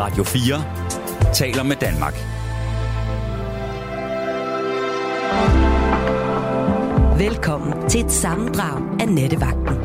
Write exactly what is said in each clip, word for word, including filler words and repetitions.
Radio fire taler med Danmark. Velkommen til et sammendrag af Nattevagten.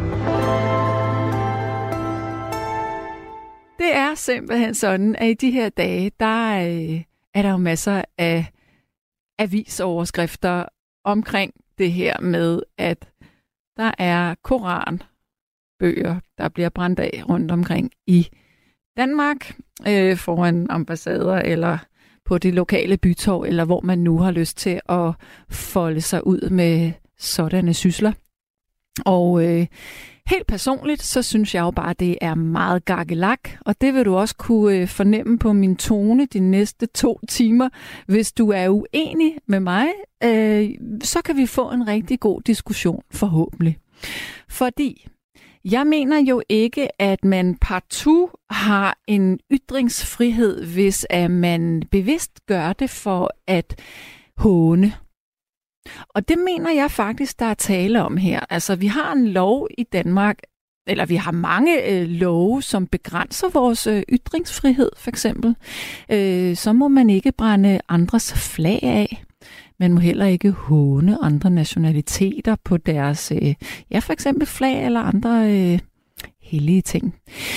Det er simpelthen sådan, at i de her dage, der er, er der jo masser af avisoverskrifter omkring det her med, at der er koranbøger, der bliver brændt af rundt omkring i Danmark, øh, foran ambassader eller på det lokale bytorv, eller hvor man nu har lyst til at folde sig ud med sådanne sysler. Og øh, helt personligt, så synes jeg jo bare, det er meget gakkelak, og det vil du også kunne øh, fornemme på min tone de næste to timer. Hvis du er uenig med mig, øh, så kan vi få en rigtig god diskussion, forhåbentlig. Fordi jeg mener jo ikke, at man partout har en ytringsfrihed, hvis at man bevidst gør det for at håne. Og det mener jeg faktisk, der er tale om her. Altså, vi har en lov i Danmark, eller vi har mange øh, love, som begrænser vores øh, ytringsfrihed, for eksempel. Øh, så må man ikke brænde andres flag af. Man må heller ikke håne andre nationaliteter på deres, øh, ja, for eksempel flag eller andre øh, hellige ting.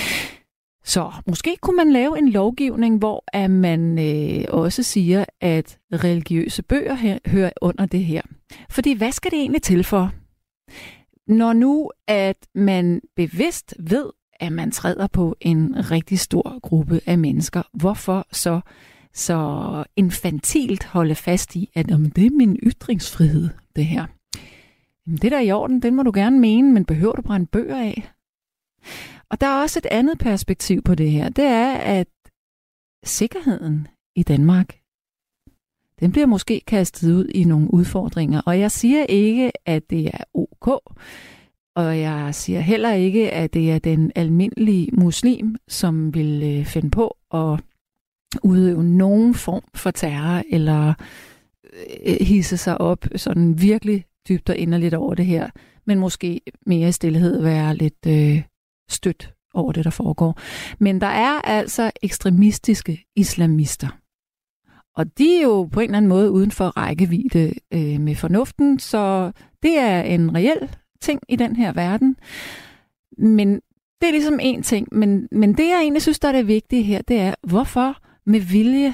Så måske kunne man lave en lovgivning, hvor at man øh, også siger, at religiøse bøger her, hører under det her. Fordi hvad skal det egentlig til for? Når nu, at man bevidst ved, at man træder på en rigtig stor gruppe af mennesker, hvorfor så så infantilt holde fast i, at om det er min ytringsfrihed, det her. Jamen, det der er i orden, den må du gerne mene, men behøver du brænde bøger af? Og der er også et andet perspektiv på det her. Det er, at sikkerheden i Danmark, den bliver måske kastet ud i nogle udfordringer. Og jeg siger ikke, at det er ok. Og jeg siger heller ikke, at det er den almindelige muslim, som vil finde på at udøve nogen form for terror, eller hisse sig op sådan virkelig dybt og inderligt over det her, men måske mere i stillhed være lidt øh, stødt over det, der foregår. Men der er altså ekstremistiske islamister. Og de er jo på en eller anden måde uden for rækkevidde øh, med fornuften, så det er en reel ting i den her verden. Men det er ligesom en ting. Men, men det, jeg egentlig synes, der er det vigtige her, det er, hvorfor med vilje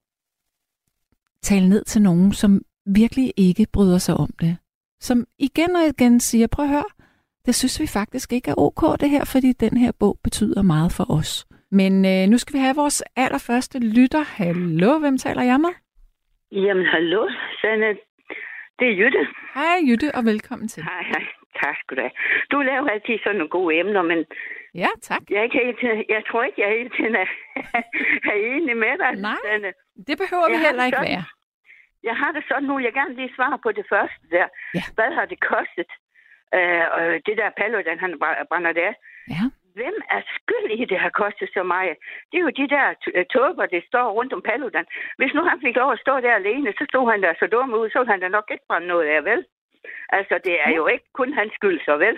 tale ned til nogen, som virkelig ikke bryder sig om det. Som igen og igen siger, prøv at høre, det synes vi faktisk ikke er ok det her, fordi den her bog betyder meget for os. Men øh, nu skal vi have vores allerførste lytter. Hallo, hvem taler jeg med? Jamen, hallo, Sanne. Det er Jytte. Hej Jytte, og velkommen til. Hej, hej. Tak skal du have. Du laver altid sådan nogle gode emner, men ja, tak. Jeg, er ikke helt, jeg tror ikke, jeg er helt er, er enig med dig. Nej, Sanne. Det behøver vi jeg heller ikke sådan, være. Jeg har det sådan nu, jeg gerne lige svare på det første der. Ja. Hvad har det kostet? Uh, det der Paludan, han brænder det af. Ja. Hvem er skyld i, det har kostet så meget? Det er jo de der tåber, der står rundt om Paludan. Hvis nu han fik lov at stå der alene, så stod han der så dum ud, så ville han da nok ikke brænde noget af, vel? Altså, det er jo ikke kun hans skyld, så vel?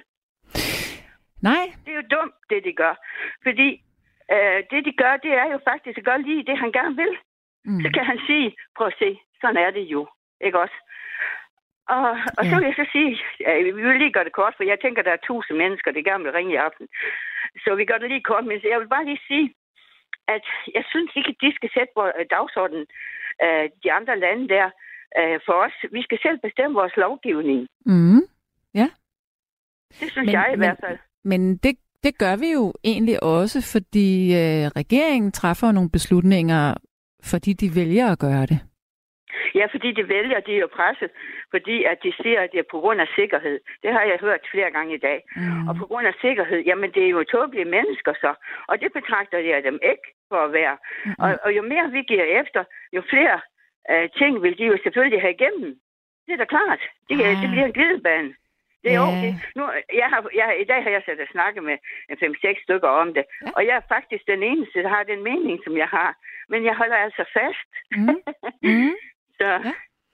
Nej. Det er jo dumt, det de gør. Fordi øh, det de gør, det er jo faktisk at gøre lige det, han gerne vil. Mm. Så kan han sige, prøv at se, sådan er det jo. Ikke også? Og, og ja. Så vil jeg så sige, ja, vi vil lige gøre det kort, for jeg tænker, der er tusind mennesker, der gerne vil ringe i aften. Så vi gør det lige kort, men jeg vil bare lige sige, at jeg synes ikke, at de skal sætte på dagsordenen øh, de andre lande der øh, for os. Vi skal selv bestemme vores lovgivning. Mm. Ja. Det synes men, jeg i men, hvert fald. Men det, det gør vi jo egentlig også, fordi øh, regeringen træffer nogle beslutninger, fordi de vælger at gøre det. Ja, fordi de vælger, de er jo presset, fordi at de siger, at det er på grund af sikkerhed. Det har jeg hørt flere gange i dag. Mm. Og på grund af sikkerhed, jamen det er jo tåbelige mennesker så. Og det betragter jeg dem ikke for at være. Mm. Og, og jo mere vi giver efter, jo flere uh, ting vil de jo selvfølgelig have igennem. Det er da klart. Det, ah. det bliver en glidebane. Det er yeah. okay. Nu, jeg har, jeg, I dag har jeg sat at snakke med fem seks stykker om det. Ja. Og jeg er faktisk den eneste, der har den mening, som jeg har. Men jeg holder altså fast. Mm. Mm. Så. Ja.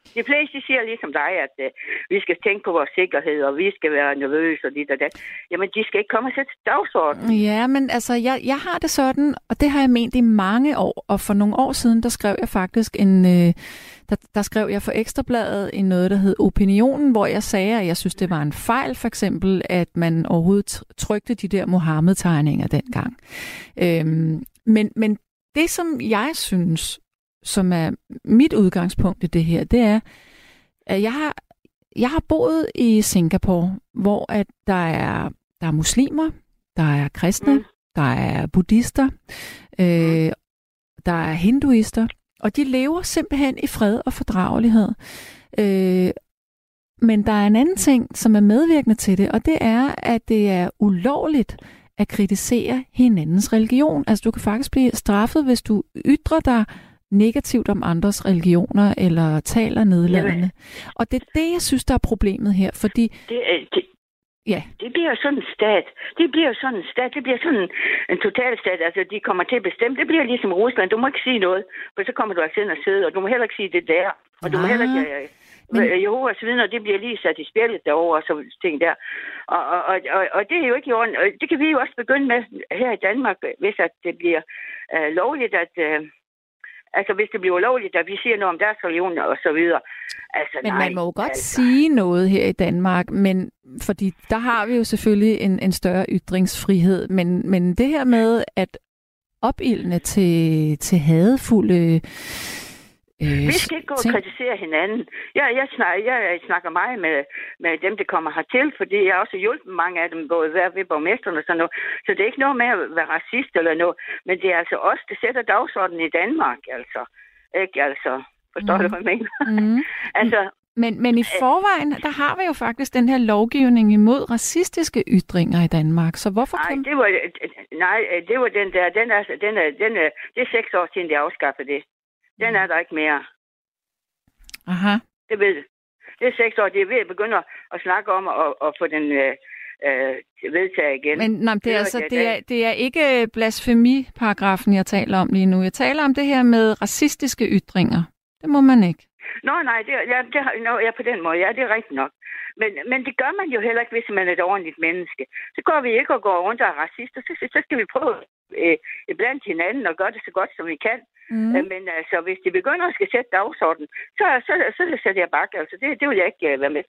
De fleste de siger ligesom dig, at uh, vi skal tænke på vores sikkerhed, og vi skal være nervøse og dit og dat. Jamen, de skal ikke komme og sætte dagsordenen. Ja, men altså, jeg, jeg har det sådan, og det har jeg ment i mange år, og for nogle år siden, der skrev jeg faktisk en... Øh, der, der skrev jeg for Ekstrabladet i noget, der hed Opinionen, hvor jeg sagde, at jeg synes, det var en fejl, for eksempel, at man overhovedet trykte de der Mohammed-tegninger dengang. Øhm, men, men det, som jeg synes, som er mit udgangspunkt i det her, det er, at jeg har, jeg har boet i Singapore, hvor at der er, der er muslimer, der er kristne, mm. der er buddhister, øh, der er hinduister, og de lever simpelthen i fred og fordragelighed. Øh, men der er en anden ting, som er medvirkende til det, og det er, at det er ulovligt at kritisere hinandens religion. Altså, du kan faktisk blive straffet, hvis du ytrer dig negativt om andres religioner, eller taler nedladende. Jamen. Og det er det, jeg synes, der er problemet her, fordi... Det, det, ja. det bliver sådan en stat. Det bliver sådan en stat. Det bliver sådan en, en totalstat. Altså, de kommer til at bestemme. Det bliver ligesom Rusland. Du må ikke sige noget, for så kommer du altså ind og sidde, og du må heller ikke sige det der. Og du ah. må heller ikke... Øh, Men... Jehovas vidner, det bliver lige sat i spjældet derovre, og så ting der. Og, og, og, og det er jo ikke i orden. Det kan vi jo også begynde med her i Danmark, hvis at det bliver øh, lovligt, at... Øh, altså, hvis det bliver ulovligt, at vi siger noget om deres religion og så videre. Altså, men nej, man må jo godt altså. sige noget her i Danmark, men fordi der har vi jo selvfølgelig en, en større ytringsfrihed. Men, men det her med at opildne til, til hadefulde... Øh, vi skal ikke gå og kritisere hinanden. Jeg, jeg, snakker, jeg snakker meget med, med dem, der kommer hertil, fordi jeg har også hjulpet mange af dem, både ved borgmesteren og sådan noget. Så det er ikke noget med at være racist eller noget, men det er altså os, der sætter dagsordenen i Danmark, altså. Ikke altså. Forstår mm. du, hvad jeg mener? Mm. altså, men, men i forvejen, der har vi jo faktisk den her lovgivning imod racistiske ytringer i Danmark, så hvorfor nej, kan... det var, nej, det var den der, den er, den er, den er, det er seks år siden, de afskaffede det. Den er der ikke mere. Aha. Det ved det er seks år. De er ved at begynde at snakke om at, at få den øh, øh, vedtaget igen. Men nej, det, er det, altså, det, er, det er ikke blasfemiparagrafen, jeg taler om lige nu. Jeg taler om det her med racistiske ytringer. Det må man ikke. Nå, nej, det, ja, det, no, ja, på den måde. Ja, det er rigtigt nok. Men, men det gør man jo heller ikke, hvis man er et ordentligt menneske. Så går vi ikke og går rundt og er racister. Så, så skal vi prøve øh, blandt hinanden og gøre det så godt, som vi kan. Mm. Øh, men altså, hvis de begynder at skal sætte dagsordenen, så, så, så, så sætter jeg bakke. Altså, det, det vil jeg ikke øh, være med.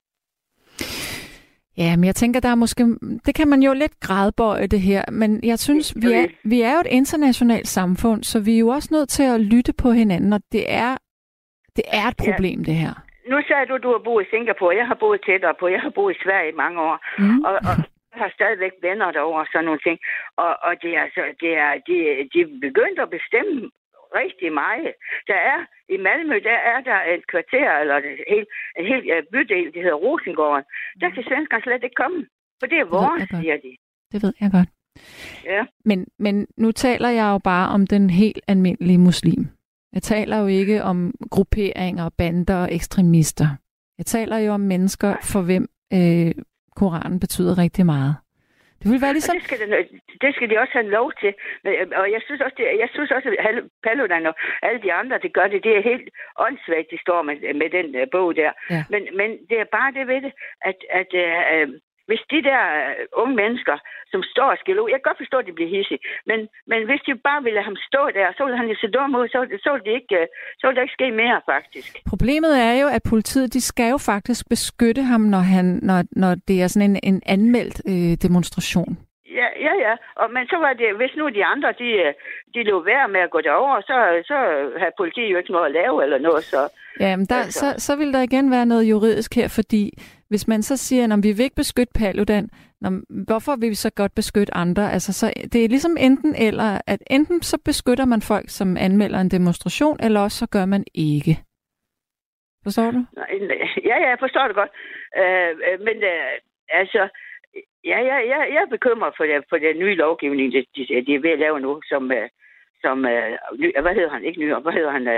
Ja, men jeg tænker, der er måske... Det kan man jo lidt gradbøje, det her. Men jeg synes, vi er, vi er jo et internationalt samfund, så vi er jo også nødt til at lytte på hinanden, og det er, det er et problem, ja. Det her. Nu sagde du, at du har boet i Singapore. Jeg har boet tættere på. Jeg har boet i Sverige i mange år. Mm. Og, og jeg har stadigvæk venner derovre og sådan nogle ting. Og, og det er, altså, det er, de, de er begyndt at bestemme rigtig meget. Der er, i Malmø, der er der et kvarter, eller et helt, en hel bydel, det hedder Rosengården. Der kan svenskerne slet ikke komme. For det er vores, siger de. Det ved jeg godt. Ja. Men, men nu taler jeg jo bare om den helt almindelige muslim. Jeg taler jo ikke om grupperinger, bander og ekstremister. Jeg taler jo om mennesker, for hvem øh, Koranen betyder rigtig meget. Det vil være ligesom... Det skal, det, det skal de også have lov til. Og jeg synes også, det, jeg synes også at Paludan og alle de andre, der gør det, det er helt åndssvagt, de står med, med den uh, bog der. Ja. Men, men det er bare det ved det, at, at uh, hvis de der uh, unge mennesker, som står og skiller ud, jeg kan godt forstå, at de bliver hissige, men, men hvis de bare ville lade ham stå der, så ville han jo se dum ud, så, så, ville det ikke, uh, så ville der ikke ske mere, faktisk. Problemet er jo, at politiet, de skal jo faktisk beskytte ham, når, han, når, når det er sådan en, en anmeldt øh, demonstration. Ja, ja, ja. Og, men så var det, hvis nu de andre, de, de lå værd med at gå derover, så, så havde politiet jo ikke noget at lave eller noget. Så, ja, men der, altså. så, så vil der igen være noget juridisk her, fordi hvis man så siger, at vi vil ikke beskytte Paludan, hvorfor vil vi så godt beskytte andre? Altså, så det er ligesom enten eller, at enten så beskytter man folk, som anmelder en demonstration, eller også så gør man ikke. Forstår du? Ja, ja, jeg forstår det godt. Øh, men øh, altså... Ja, ja, ja, jeg er bekymret for, det, for den nye lovgivning, de, de, de er ved at lave nu, som, som hvad hedder han? Ikke ny, hvad hedder han?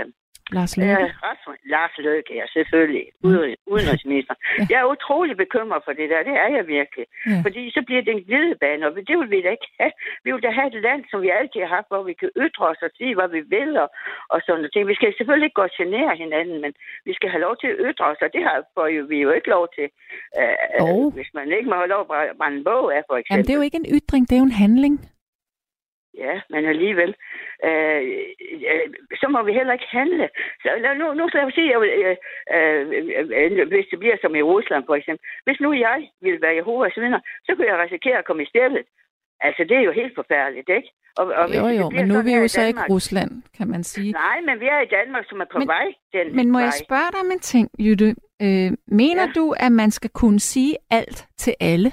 Lars Løkke? Ja, Lars Løkke, ja, selvfølgelig. Mm. Udenrigsminister. Ja. Jeg er utrolig bekymret for det der. Det er jeg virkelig. Ja. Fordi så bliver det en glidebane, og det vil vi da ikke have. Vi vil da have et land, som vi altid har haft, hvor vi kan ytre os og sige, hvad vi vil, og, og sådan noget ting. Vi skal selvfølgelig ikke gå og genere hinanden, men vi skal have lov til at ytre os, og det har vi jo ikke lov til. Øh, oh. Hvis man ikke må have lov at brænde en bog af, for eksempel. Jamen, det er jo ikke en ytring, det er jo en handling. Ja, men alligevel, øh, øh, så må vi heller ikke handle. Så, nu, nu skal jeg sige, øh, øh, øh, hvis det bliver som i Rusland for eksempel. Hvis nu jeg ville være Jehovas vidner, så kunne jeg risikere at komme i stedet. Altså, det er jo helt forfærdeligt, ikke? Og, og jo, jo, men nu er vi jo så ikke Rusland, kan man sige. Nej, men vi er i Danmark, som er på men, vej. Den men må vej. jeg spørge dig om en ting, Jytte? Øh, mener ja. du, at man skal kunne sige alt til alle?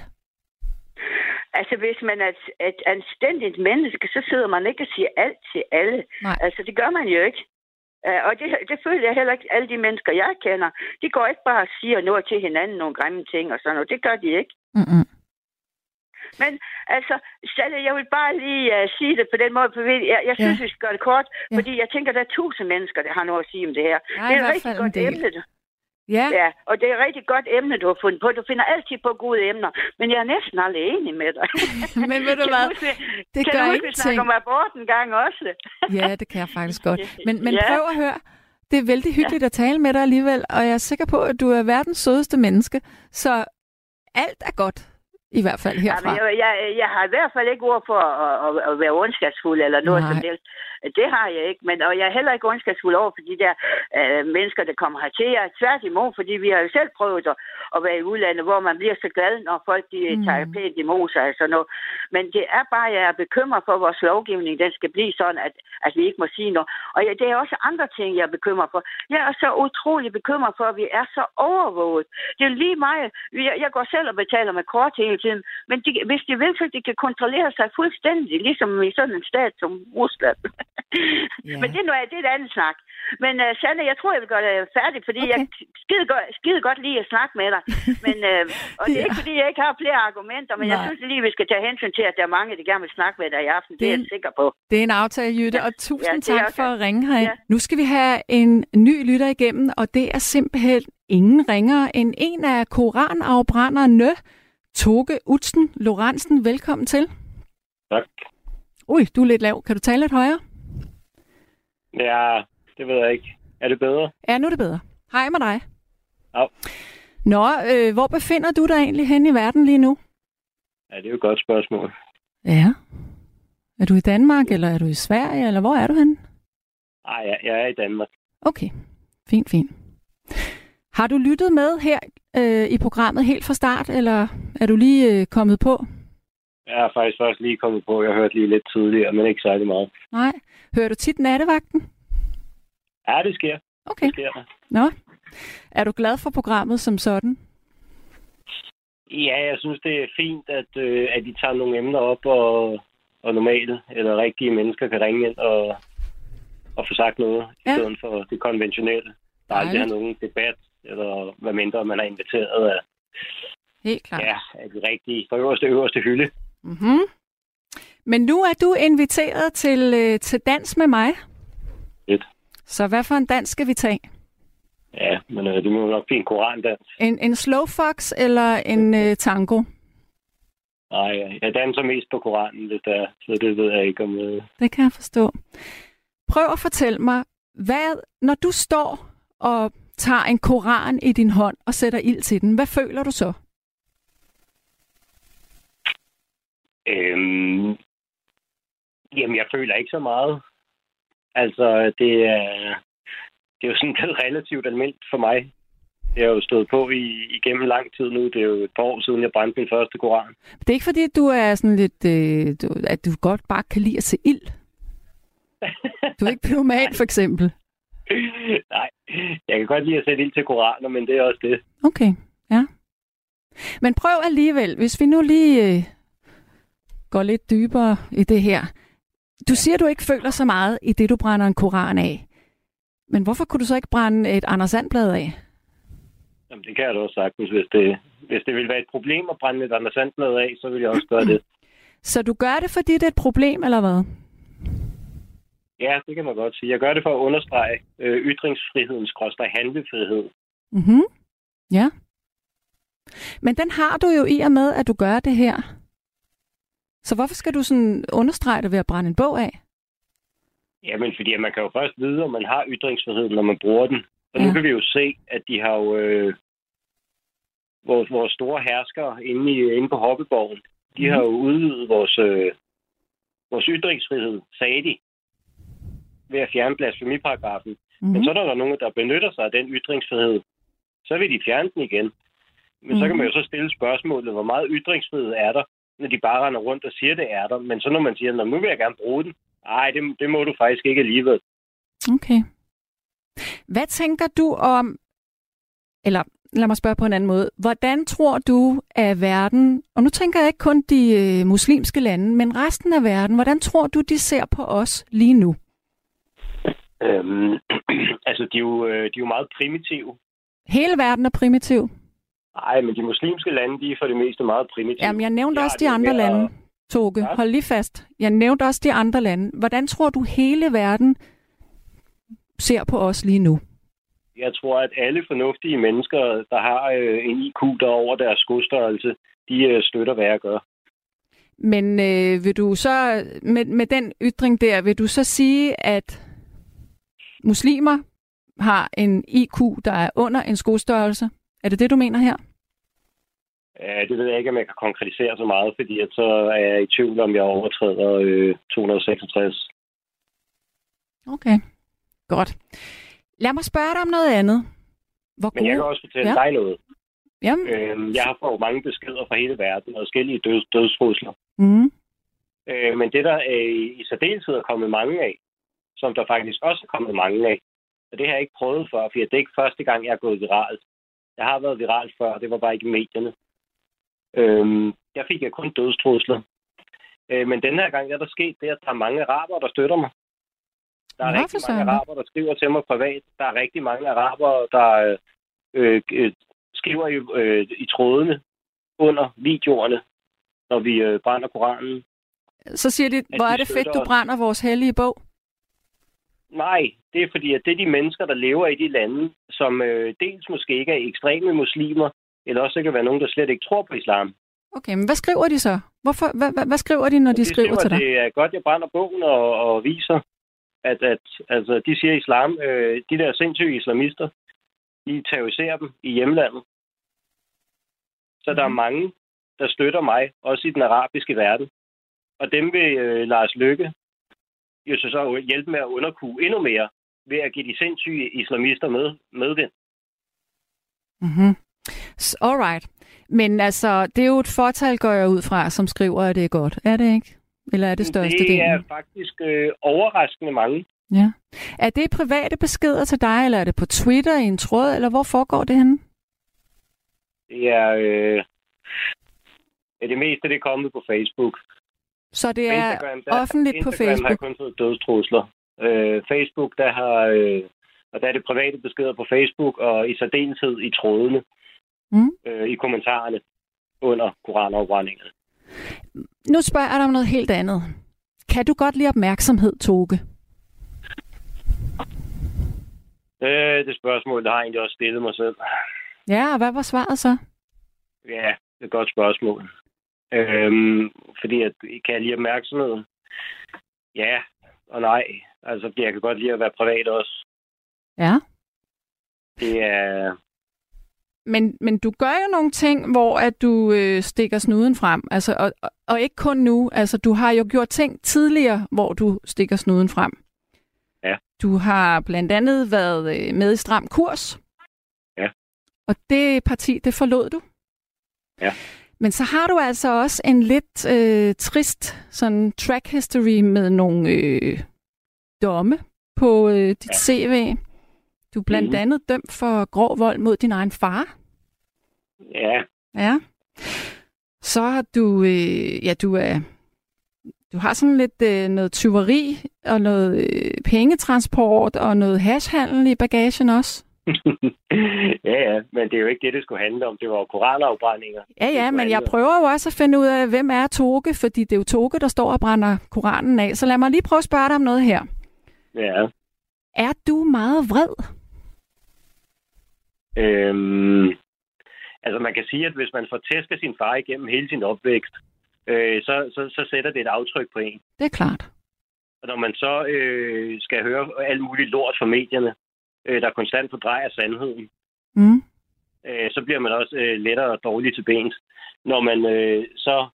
Altså, hvis man er et, et anstændigt menneske, så sidder man ikke og siger alt til alle. Nej. Altså, det gør man jo ikke. Uh, og det, det føler jeg heller ikke, alle de mennesker, jeg kender. De går ikke bare og siger noget til hinanden, nogle grimme ting og sådan noget. Det gør de ikke. Mm-mm. Men altså, Sally, jeg vil bare lige uh, sige det på den måde. For jeg, jeg synes, ja. vi skal gøre det kort, ja. fordi jeg tænker, der er tusind mennesker, der har noget at sige om det her. Ej, det er et rigtig godt emne. Ja. ja, og det er et rigtig godt emne, du har fundet på. Du finder altid på gode emner, men jeg er næsten aldrig enig med dig. Men ved du hvad, det kan gør du ingenting. Kan du snakke om abort en gang også? Ja, det kan jeg faktisk godt. Men, men ja. prøv at høre. Det er vældig hyggeligt ja. at tale med dig alligevel, og jeg er sikker på, at du er verdens sødeste menneske, så alt er godt. I hvert fald herfra. Ja, jeg, jeg, jeg har i hvert fald ikke ord for at, at, at være ondskabsfuld eller noget Nej. som helst. Det har jeg ikke, men og jeg er heller ikke ondskabsfuld over for de der øh, mennesker, der kommer hertil. Jeg er tværtimod, fordi vi har jo selv prøvet at, at være i udlandet, hvor man bliver så glad, når folk de mm. tager pænt imod sig. Altså noget. Men det er bare, jeg er bekymret for, at vores lovgivning den skal blive sådan, at, at vi ikke må sige noget. Og ja, det er også andre ting, jeg er bekymret for. Jeg er så utrolig bekymret for, at vi er så overvåget. Det er lige meget. Jeg, jeg går selv og betaler med kort hele tiden, men de, hvis de vil, så de kan kontrollere sig fuldstændig, ligesom i sådan en stat som Rusland. Yeah. Men det er, noget, det er et andet snak. Men uh, Sanne, jeg tror, jeg vil gøre det færdigt, fordi okay. jeg skide godt, skide godt lige at snakke med dig. Men, uh, og det er ja. ikke, fordi jeg ikke har flere argumenter, men Nej. jeg synes lige, vi skal tage hensyn til, at der er mange, der gerne vil snakke med dig i aften. Det, det er jeg sikker på. Det er en aftale, Jytte, ja. og tusind ja, tak for at ringe herind. Ja. Nu skal vi have en ny lytter igennem, og det er simpelthen ingen ringere end en af koranafbrænderne, Toge Utzen Lorentzen. Velkommen til. Tak. Ui, du er lidt lav. Kan du tale lidt højere? Ja, det ved jeg ikke. Er det bedre? Ja, nu er det bedre. Hej med dig. Ja. Nå, øh, hvor befinder du dig egentlig hen i verden lige nu? Ja, det er jo et godt spørgsmål. Ja. Er du i Danmark, eller er du i Sverige, eller hvor er du henne? Nej, jeg, jeg er i Danmark. Okay, fint, fint. Har du lyttet med her øh, i programmet helt fra start, eller er du lige øh, kommet på? Jeg er faktisk først lige kommet på. Jeg har hørt lige lidt tidligere, men ikke særlig meget. Nej. Hører du tit nattevagten? Ja, det sker. Okay. Det sker. Nå. Er du glad for programmet som sådan? Ja, jeg synes, det er fint, at, øh, at de tager nogle emner op, og, og normale eller rigtige mennesker kan ringe ind og, og få sagt noget, ja. i stedet for det konventionelle. Der er aldrig nogen debat, eller hvad mindre man er inviteret af. Helt klart. Ja, af de rigtige, fra øverste øverste hylde. Mm-hmm. Men nu er du inviteret til, øh, til dans med mig. Fedt. Så hvad for en dans skal vi tage? Ja, men øh, det må nok blive en korandans. En, en slow fox eller en øh, tango? Nej, jeg danser mest på koranen, det der, så det ved jeg ikke om... Øh... Det kan jeg forstå. Prøv at fortælle mig, hvad, når du står og tager en koran i din hånd og sætter ild til den, hvad føler du så? Øhm, jamen, jeg føler ikke så meget. Altså, det er, det er jo sådan lidt relativt almindeligt for mig. Det har jo stået på i, igennem lang tid nu. Det er jo et par år siden, jeg brændte min første koran. Det er ikke fordi, at du er sådan lidt, øh, du, at du godt bare kan lide at se ild? Du er ikke pyroman, for eksempel? Nej, jeg kan godt lide at sætte ild til koraner, men det er også det. Okay, ja. Men prøv alligevel, hvis vi nu lige... Øh, går lidt dybere i det her. Du siger, at du ikke føler så meget i det, du brænder en koran af. Men hvorfor kunne du så ikke brænde et Anders And-blad af? Jamen, det kan jeg da også sagtens. Hvis det, hvis det ville være et problem at brænde et Anders And-blad af, så ville jeg også gøre det. Så du gør det, fordi det er et problem, eller hvad? Ja, det kan man godt sige. Jeg gør det for at understrege øh, ytringsfrihedens skråstreg handlefrihed. Mhm. Ja. Men den har du jo i og med, at du gør det her. Så hvorfor skal du sådan understrege det ved at brænde en bog af? Jamen, fordi man kan jo først vide, om man har ytringsfrihed, når man bruger den. Og Ja. nu kan vi jo se, at de har jo... Øh, vores, vores store herskere inde, i, inde på Hoppeborgen, de Mhm. har jo udvidet vores, øh, vores ytringsfrihed, sagde de, ved at fjerne blasfemiparagrafen. Mhm. Men så er der nogen, der benytter sig af den ytringsfrihed. Så vil de fjerne den igen. Men Mhm. så kan man jo så stille spørgsmålet, hvor meget ytringsfrihed er der, når de bare render rundt og siger, det er der. Men så når man siger, "Nå, nu vil jeg gerne bruge den. Nej, det, det må du faktisk ikke alligevel. Okay. Hvad tænker du om, eller lad mig spørge på en anden måde, hvordan tror du, at verden, og nu tænker jeg ikke kun de øh, muslimske lande, men resten af verden, hvordan tror du, de ser på os lige nu? Øhm, altså, de er, jo, øh, de er jo meget primitive. Hele verden er primitiv. Nej, men de muslimske lande, de er for det meste meget primitive. Jamen, jeg nævnte De har også de det andre med at- lande, Toge. Ja. Hold lige fast. Jeg nævnte også de andre lande. Hvordan tror du, hele verden ser på os lige nu? Jeg tror, at alle fornuftige mennesker, der har øh, en I Q, der er over deres skostørrelse, de øh, støtter, hvad jeg gør. Men øh, vil du så, med, med den ytring der, vil du så sige, at muslimer har en I Q, der er under en skostørrelse? Er det det, du mener her? Ja, det ved jeg ikke, om jeg kan konkretisere så meget, fordi at så er jeg i tvivl, om jeg overtræder øh, to hundrede og seksogtres. Okay, godt. Lad mig spørge dig om noget andet. Hvor Men jeg kan gode- også fortælle Ja. dig noget. Jamen, Øhm, jeg har fået mange beskeder fra hele verden og forskellige døds, dødstrusler. mm, Øh, men det, der øh, i særdeleshed er kommet mange af, som der faktisk også er kommet mange af, og det har jeg ikke prøvet før, for det er ikke første gang, jeg er gået viralt. Jeg har været viralt før, det var bare ikke i medierne. Øhm, der fik jeg kun dødstrusler. Øh, men den her gang er der sket det, at der er mange araber, der støtter mig. Der er Nå, rigtig for mange søren. araber, der skriver til mig privat. Der er rigtig mange araber, der øh, øh, skriver i, øh, i trådene under videoerne, når vi øh, brænder Koranen. så siger de, hvor de er det fedt, støtter du os. brænder vores hellige bog. Nej, det er fordi, at det er de mennesker, der lever i de lande, som øh, dels måske ikke er ekstreme muslimer, eller også kan være nogen, der slet ikke tror på islam. Okay, men hvad skriver de så? Hvorfor, hvad, hvad, hvad skriver de, når de, de skriver til dig? Det er godt, jeg brænder bogen og, og viser, at, at altså, de siger islam, øh, de der sindssyge islamister, de terroriserer dem i hjemlandet. Så der er mange, der støtter mig, også i den arabiske verden. Og dem vil øh, Lars Løkke jo så, så hjælpe med at underkue endnu mere, ved at give de sindssyge islamister med, medvind. Mm-hmm. Alright. Men altså, det er jo et fortal, går jeg ud fra, som skriver, at det er godt. Er det ikke? Eller er det største Det er del? faktisk øh, overraskende mange. Ja. Er det private beskeder til dig, eller er det på Twitter i en tråd, eller hvor foregår det henne? Det er øh, det meste, det er kommet på Facebook. Så det er Instagram, der, offentligt på Instagram Facebook? har kun fået dødstrusler. Øh, Facebook, der har øh, og der er det private beskeder på Facebook, og i særdeleshed i trådene, Mm. øh, i kommentarerne under koranafbrændingerne. Nu spørger jeg dig om noget helt andet. Kan du godt lide opmærksomhed, Toge? Øh, det spørgsmål, der har jeg egentlig også stillet mig selv. Ja, og hvad var svaret så? Ja, det er et godt spørgsmål. Øhm, fordi at, kan jeg lide opmærksomheden? Ja og nej. Altså, jeg kan godt lide at være privat også. Ja. Det er... Men, men du gør jo nogle ting, hvor at du øh, stikker snuden frem. Altså, og, og, og ikke kun nu. Altså, du har jo gjort ting tidligere, hvor du stikker snuden frem. Ja. Du har blandt andet været øh, med i Stram Kurs. Ja. Og det parti, det forlod du. Ja. Men så har du altså også en lidt øh, trist sådan track history med nogle øh, domme på øh, dit Ja. C V. Du er blandt Mhm. andet dømt for grov vold mod din egen far. Ja, Ja. Så har du, øh, ja, du er, du har sådan lidt øh, noget tyveri og noget øh, pengetransport og noget hashhandel i bagagen også. ja, ja, men det er jo ikke det, det skulle handle om. Det var jo koranafbrændinger. Ja, ja, men jeg prøver jo også at finde ud af, hvem er Toge, fordi det er jo Toge, der står og brænder Koranen af. Så lad mig lige prøve at spørge dig om noget her. Ja. Er du meget vred? Øhm, altså man kan sige, at hvis man får tæsket sin far igennem hele sin opvækst, øh, så, så, så sætter det et aftryk på en. Det er klart. Og når man så øh, skal høre alt muligt lort fra medierne, øh, der konstant fordrejer sandheden, Mm. øh, så bliver man også øh, lettere og dårlig til bens. Når man øh, så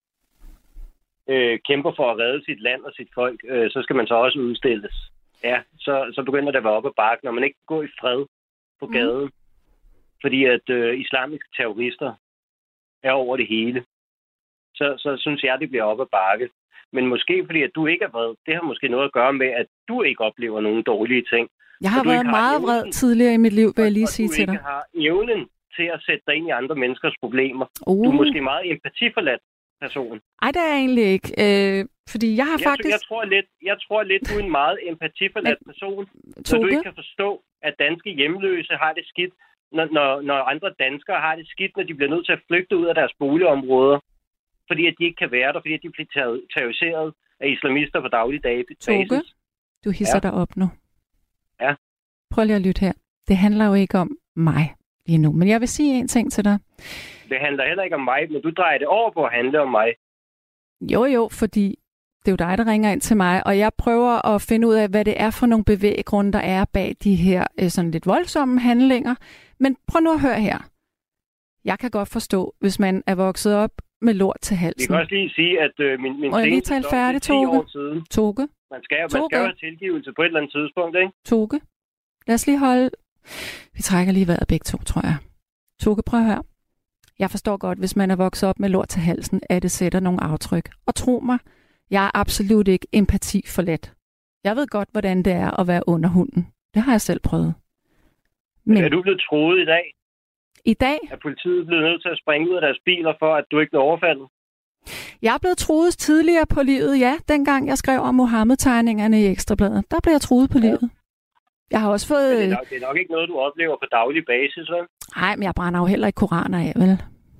øh, kæmper for at redde sit land og sit folk, øh, så skal man så også udstilles. Ja, så, så begynder det at være op ad bakken, når man ikke går i fred på gaden. Mm. Fordi at øh, islamiske terrorister er over det hele. Så, så synes jeg, det bliver op ad bakke. Men måske fordi, at du ikke er vred, det har måske noget at gøre med, at du ikke oplever nogen dårlige ting. Jeg har været meget evnen, vred tidligere i mit liv, vil jeg lige sige til dig. Og du ikke har evnen til at sætte dig ind i andre menneskers problemer. Uh. Du er måske meget empatiforladt person. Ej, det er jeg egentlig ikke. Øh, fordi jeg har jeg, faktisk... Jeg tror, lidt, jeg tror lidt, du er en meget empatiforladt person. Når du ikke kan forstå, at danske hjemløse har det skidt, når, når, når andre danskere har det skidt, når de bliver nødt til at flygte ud af deres boligområder, fordi at de ikke kan være der, fordi at de bliver terroriseret af islamister på daglig basis. Toge, du hisser ja. dig op nu. Ja. Prøv lige at lytte her. Det handler jo ikke om mig lige nu, men jeg vil sige en ting til dig. Det handler heller ikke om mig, men du drejer det over på at handle om mig. Jo, jo, fordi det er jo dig, der ringer ind til mig, og jeg prøver at finde ud af, hvad det er for nogle bevæggrunde, der er bag de her sådan lidt voldsomme handlinger. Men prøv nu at høre her. Jeg kan godt forstå, hvis man er vokset op med lort til halsen. Jeg kan også lige sige, at øh, min, min Må jeg lige tale færdig, Toge? Toge? Man skal, man skal jo have tilgivelse på et eller andet tidspunkt, ikke? Toge? Lad os lige holde... Vi trækker lige vejret begge to, tror jeg. Toge, prøv at høre. Jeg forstår godt, hvis man er vokset op med lort til halsen, at det sætter nogle aftryk. Og tro mig, jeg er absolut ikke empati for let. Jeg ved godt, hvordan det er at være under hunden. Det har jeg selv prøvet. Men er du blevet troet i dag? I dag? Er politiet blevet nødt til at springe ud af deres biler for, at du ikke blev overfaldet? Jeg er blevet truet tidligere på livet, ja. Dengang jeg skrev om Mohammed-tegningerne i Ekstrabladet, der blev jeg truet på ja. livet. Jeg har også fået... Det er, nok, det er nok ikke noget, du oplever på daglig basis, vel? Nej, men jeg brænder jo heller ikke koraner af, vel?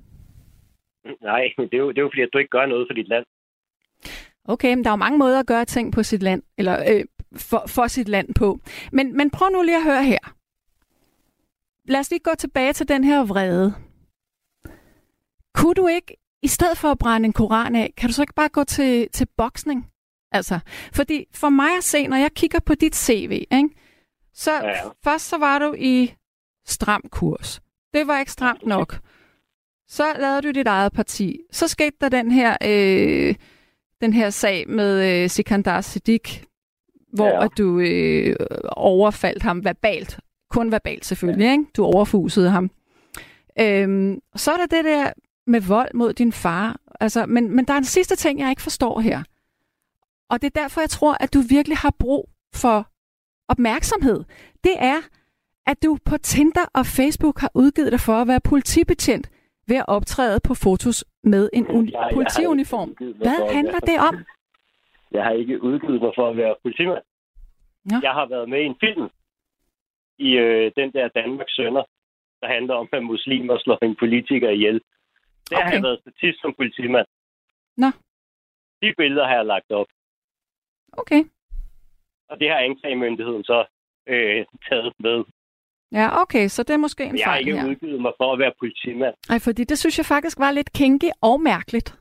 Nej, det er, jo, det er jo fordi, at du ikke gør noget for dit land. Okay, men der er jo mange måder at gøre ting på sit land, eller øh, for, for sit land på. Men, men prøv nu lige at høre her. Lad os lige gå tilbage til den her vrede. Kunne du ikke, i stedet for at brænde en koran af, kan du så ikke bare gå til, til boksning? Altså, fordi for mig at se, når jeg kigger på dit C V, ikke? Så ja, ja. Først så var du i stram kurs. Det var ikke stramt nok. Så lavede du dit eget parti. Så skete der den her, øh, den her sag med øh, Sikandar Siddiq, hvor ja. at du øh, overfaldt ham verbalt. Kun verbalt selvfølgelig, ja. Ikke? Du overfusede ham. Øhm, så er der det der med vold mod din far. Altså, men, men der er en sidste ting, jeg ikke forstår her. Og det er derfor, jeg tror, at du virkelig har brug for opmærksomhed. Det er, at du på Tinder og Facebook har udgivet dig for at være politibetjent ved at optræde på fotos med en uni- ja, politiuniform. Hvad handler det om? Jeg har ikke udgivet mig for at være politimand. Ja. Jeg har været med i en film i øh, den der Danmarks Sønner, der handler om, at muslimer slår en politiker ihjel. Der okay. har jeg været statist som politimand. Nå. De billeder har jeg lagt op. Okay. Og det har anklagemyndigheden så øh, taget med. Ja, okay, så det er måske en fejl her. Jeg har ikke her. udgivet mig for at være politimand. Ej, fordi det synes jeg faktisk var lidt kinky og mærkeligt.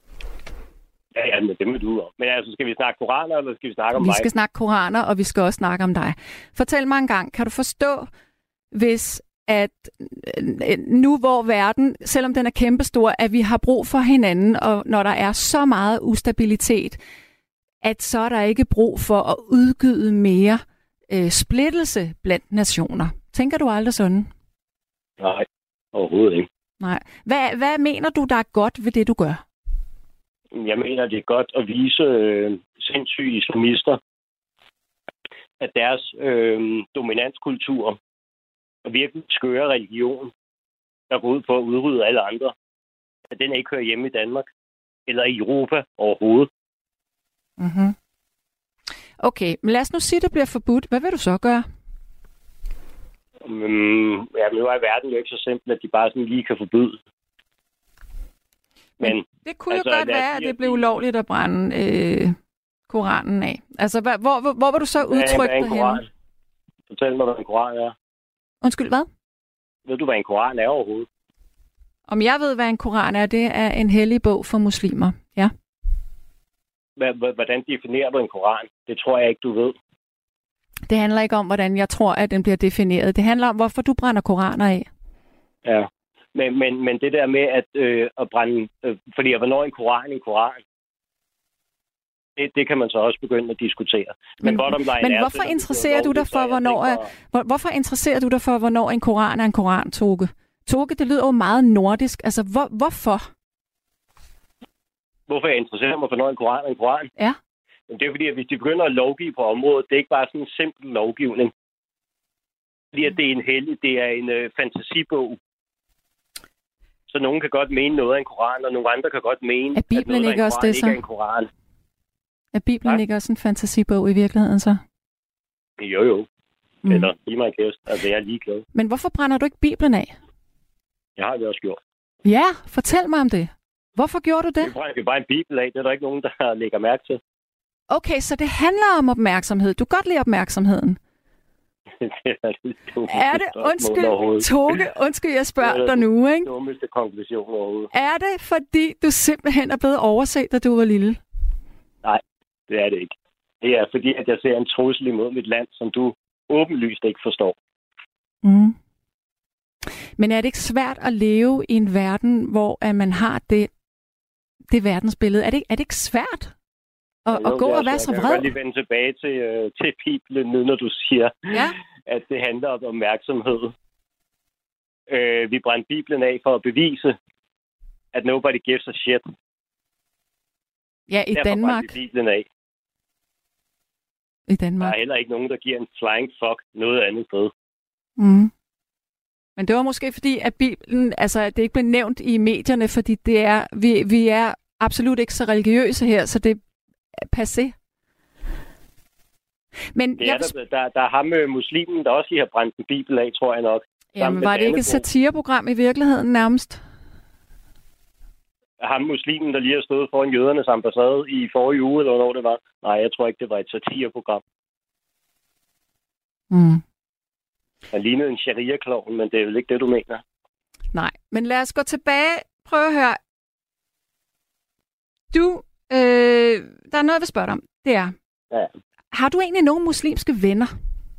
Ja, ja, men det må du om. Men altså, skal vi snakke koraner, eller skal vi snakke om vi mig? Vi skal snakke koraner, og vi skal også snakke om dig. Fortæl mig en gang, kan du forstå, hvis at nu hvor verden, selvom den er kæmpestor, at vi har brug for hinanden, og når der er så meget ustabilitet, at så er der ikke brug for at udgyde mere øh, splittelse blandt nationer. Tænker du aldrig sådan? Nej, overhovedet ikke. Nej. Hvad, hvad mener du, der er godt ved det, du gør? Jeg mener, det er godt at vise øh, sindssyge islamister, at deres øh, dominanskultur og virkelig skøre religion, der går ud på at udrydde alle andre, at den ikke hører hjemme i Danmark eller i Europa overhovedet. Mm-hmm. Okay, men lad os nu sige, at det bliver forbudt. Hvad vil du så gøre? Um, ja, men nu er verden jo ikke så simpel, at de bare sådan lige kan forbyde. Men, men det kunne altså, jo godt være, at det blev ulovligt at brænde øh, Koranen af? Altså, hvor, hvor, hvor vil du så udtrykke dig henne? Fortæl mig, hvad en koran er. Undskyld, hvad? Ved du, hvad en koran er overhovedet? Om jeg ved, hvad en koran er, det er en hellig bog for muslimer, ja. Hvordan definerer du en koran? Det tror jeg ikke, du ved. Det handler ikke om, hvordan jeg tror, at den bliver defineret. Det handler om, hvorfor du brænder koraner af. Ja, men, men, men det der med at, øh, at brænde... Øh, fordi hvornår en koran en koran? Det, det kan man så også begynde at diskutere. Men, men, men er, hvorfor interesserer du dig for, hvornår er, hvor, hvorfor interesserer du dig for, hvornår en koran er en koran, Toge? Toge, det lyder jo meget nordisk. Altså, hvor, hvorfor? Hvorfor jeg interesserer mig for, hvornår en koran er en koran? Ja. Men det er fordi, at hvis de begynder at lovgive på området, det er ikke bare sådan en simpel lovgivning. Fordi at det er en hellig, det er en øh, fantasibog. Så nogen kan godt mene noget af en koran, og nogle andre kan godt mene, er Bibelen at noget ikke af en også koran det, så? ikke er en koran. Er Bibelen ja? ikke også en fantasibog i virkeligheden, så? Jo, jo. Mm. Eller lige mig kæft. Altså, jeg er ligeglad. Men hvorfor brænder du ikke Bibelen af? Jeg har det også gjort. Ja, fortæl mig om det. Hvorfor gjorde du det? Vi brænder bare en bibel af. Det er der ikke nogen, der lægger mærke til. Okay, så det handler om opmærksomhed. Du kan godt lide opmærksomheden. det er, det er det? Undskyld, Toge. Undskyld, jeg spørger det dig nu, ikke? Det er dummeste konklusion overhovedet. Er det, fordi du simpelthen er blevet overset, da du var lille? Nej, det er det ikke. Det er fordi, at jeg ser en trussel imod mit land, som du åbenlyst ikke forstår. Mm. Men er det ikke svært at leve i en verden, hvor at man har det, det verdensbillede? Er det, er det ikke svært at, ja, jo, at gå og være så vred? Jeg kan lige vende tilbage til, øh, til Bibelen nu, når du siger, ja? at det handler om opmærksomhed. Øh, vi brændte Bibelen af for at bevise, at nobody gives a shit. Ja, i Derfor Danmark. brændte vi Bibelen af. I Danmark. Der er heller ikke nogen, der giver en flying fuck noget andet sted. Mm. Men det var måske fordi, at Bibelen, altså det ikke blev nævnt i medierne, fordi det er, vi, vi er absolut ikke så religiøse her, så det er passé. Men det er jeg... der, der, der er ham med muslimen, der også lige har brændt en bibel af, tror jeg nok. Jamen var det ikke et satireprogram i virkeligheden nærmest? Ham muslimen, der lige har stået foran jødernes ambassade i forrige uge, eller hvornår det var. Nej, jeg tror ikke, det var et satireprogram. Mm. Han lignede en sharia-klovn, men det er vel ikke det, du mener? Nej, men lad os gå tilbage. Prøv at høre. Du, øh, der er noget, jeg vil spørge dig om. Det er, ja. Har du egentlig nogle muslimske venner?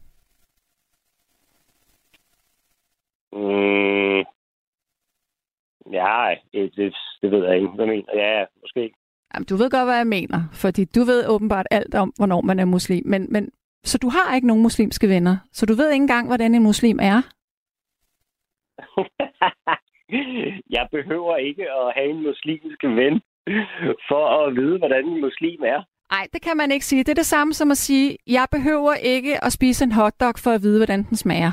Mm. Ja, det, det, det ved jeg ikke. Hvad mener Ja, måske. Jamen, du ved godt, hvad jeg mener, fordi du ved åbenbart alt om, hvornår man er muslim. Men, men så du har ikke nogen muslimske venner? Så du ved ikke engang, hvordan en muslim er? Jeg behøver ikke at have en muslimsk ven for at vide, hvordan en muslim er. Nej, det kan man ikke sige. Det er det samme som at sige, jeg behøver ikke at spise en hotdog for at vide, hvordan den smager.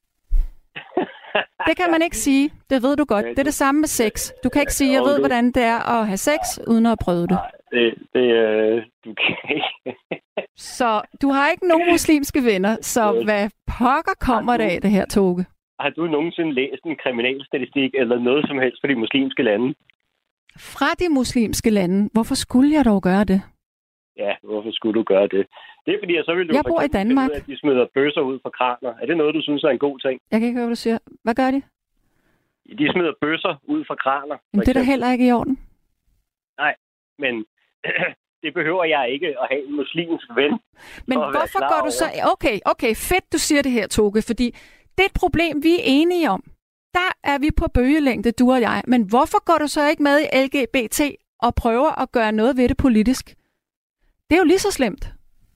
Det kan man ikke sige. Det ved du godt. Det er det samme med sex. Du kan ikke sige, jeg ved, hvordan det er at have sex, uden at prøve det. Nej, det, det øh, du kan ikke. Så du har ikke nogen muslimske venner, så hvad pokker kommer det af det her, Toge? Har du nogensinde læst en kriminalstatistik eller noget som helst for de muslimske lande? Fra de muslimske lande? Hvorfor skulle jeg dog gøre det? Ja, hvorfor skulle du gøre det? Det er fordi, at så vil du jeg bor i Danmark. Ud, at de smider bøsser ud fra kraner. Er det noget, du synes er en god ting? Jeg kan ikke høre, hvad du siger. Hvad gør de? De smider bøsser ud fra kraner. Men det er da heller ikke i orden. Nej, men det behøver jeg ikke at have en muslimsk ven. Men hvorfor går du så... Okay, okay, fedt, du siger det her, Toge, fordi det er et problem, vi er enige om. Der er vi på bølgelængde, du og jeg. Men hvorfor går du så ikke med i L G B T og prøver at gøre noget ved det politisk? Det er jo lige så slemt.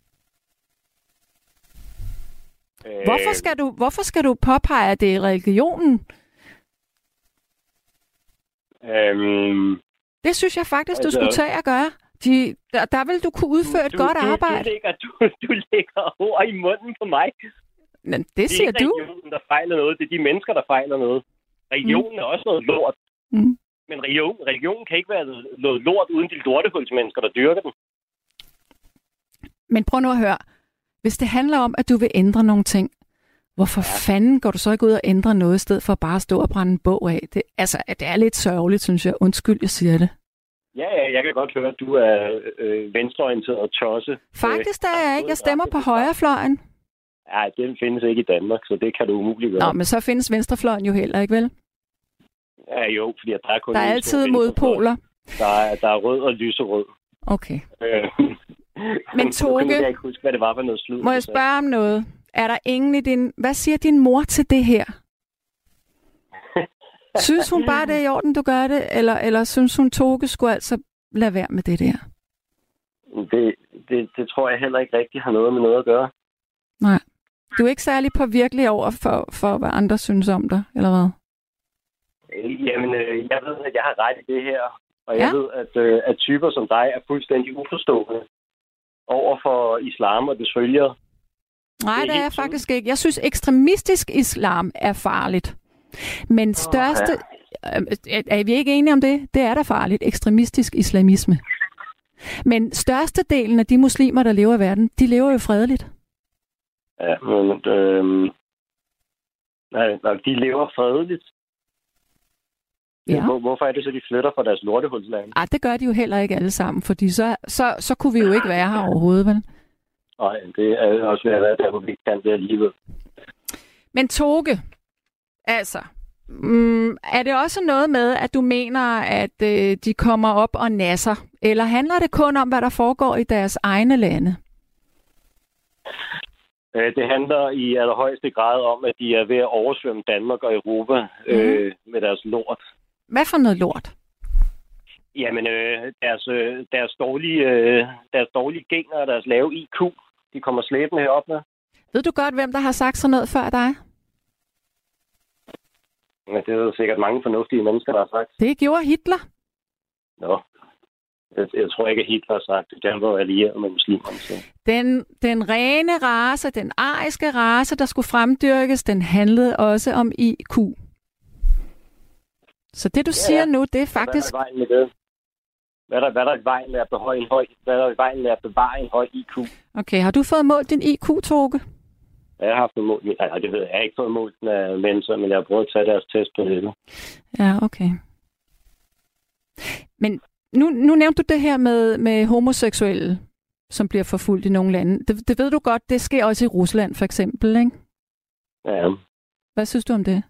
Øh... Hvorfor, skal du, hvorfor skal du påpege, at det er religionen? Øhm... Det synes jeg faktisk, altså... du skulle tage og gøre. De, der, der vil du kunne udføre du, et godt du, arbejde. Du lægger, du, du lægger ord i munden på mig. Men det siger du. Det er ikke religionen, der fejler noget. Det er de mennesker, der fejler noget. Religionen mm. er også noget lort. Mm. Men religion, religionen kan ikke være noget lort uden de lortehulsmennesker, der dyrker den. Men prøv nu at høre. Hvis det handler om, at du vil ændre nogle ting, hvorfor ja. fanden går du så ikke ud og ændre noget, i stedet for bare at stå og brænde en bog af? Det, altså, det er lidt sørgeligt, synes jeg. Undskyld, jeg siger det. Ja, ja, jeg kan godt høre, at du er øh, venstreorienteret og tosse. Faktisk der er jeg ikke. Jeg stemmer på højrefløjen. Nej, den findes ikke i Danmark, så det kan du umuligt gøre. Nå, men så findes venstrefløjen jo heller ikke, vel? Ja, jo, fordi der er kun... Der er altid modpoler. Der er, der er rød og lyserød. Okay. Øh, men Toge, nu kan jeg ikke huske, hvad det var for noget slud. Må jeg spørge om noget? Er der ingen i din... Hvad siger din mor til det her? Synes hun bare, det er i orden, du gør det? Eller, eller synes hun, Toge skulle altså lade være med det der? Det, det, det tror jeg heller ikke rigtig har noget med noget at gøre. Nej. Du er ikke særlig påvirkelig over for, for hvad andre synes om dig, eller hvad? Jamen, øh, jeg ved, at jeg har ret i det her. Og jeg ja? ved, at, øh, at typer som dig er fuldstændig uforstående over for islam og dets følgere. Nej, det er, det er jeg faktisk ikke. Jeg synes, ekstremistisk islam er farligt. Men største... Oh, ja. Er vi ikke enige om det? Det er da farligt. Ekstremistisk islamisme. Men størstedelen af de muslimer, der lever i verden, de lever jo fredeligt. Ja, men... Øh, nej, de lever fredeligt. Ja. Hvor, hvorfor er det så, de flytter fra deres lortehulsland? Ah, det gør de jo heller ikke alle sammen, fordi så, så, så kunne vi jo ikke være her overhovedet, vel? Nej, det er også ved at være der, hvor vi kan det alligevel. Men Toge, altså, mm, er det også noget med, at du mener, at øh, de kommer op og nasser? Eller handler det kun om, hvad der foregår i deres egne lande? Det handler i allerhøjeste grad om, at de er ved at oversvømme Danmark og Europa øh, mm. med deres lort. Hvad for noget lort? Jamen, øh, deres, øh, deres, dårlige, øh, deres dårlige gener og deres lave I Q, de kommer slæbende heroppe med. Ved du godt, hvem der har sagt sådan noget før dig? Ja, det er sikkert mange fornuftige mennesker, der har sagt. Det gjorde Hitler. Nå. Jeg, jeg tror ikke, at Hitler har sagt det. Han var allieret med muslimerne. Så. Den, den rene race, den ariske race, der skulle fremdyrkes, den handlede også om I Q. Så det, du ja, siger nu, det er faktisk... Hvad er der i vejen med det? Hvad er der, hvad er der i vejen med at bevare en høj, hvad er der i vejen med at bevare en høj I Q? Okay, har du fået målt din I Q, Toge? Ja, jeg har fået målt min... Nej, det ved jeg. Jeg har ikke fået målt den af mennesker, men jeg har prøvet at tage deres test på det. Ja, okay. Men nu, nu nævnte du det her med, med homoseksuelle, som bliver forfulgt i nogle lande. Det, det ved du godt, det sker også i Rusland for eksempel, ikke? Ja. Hvad synes du om det?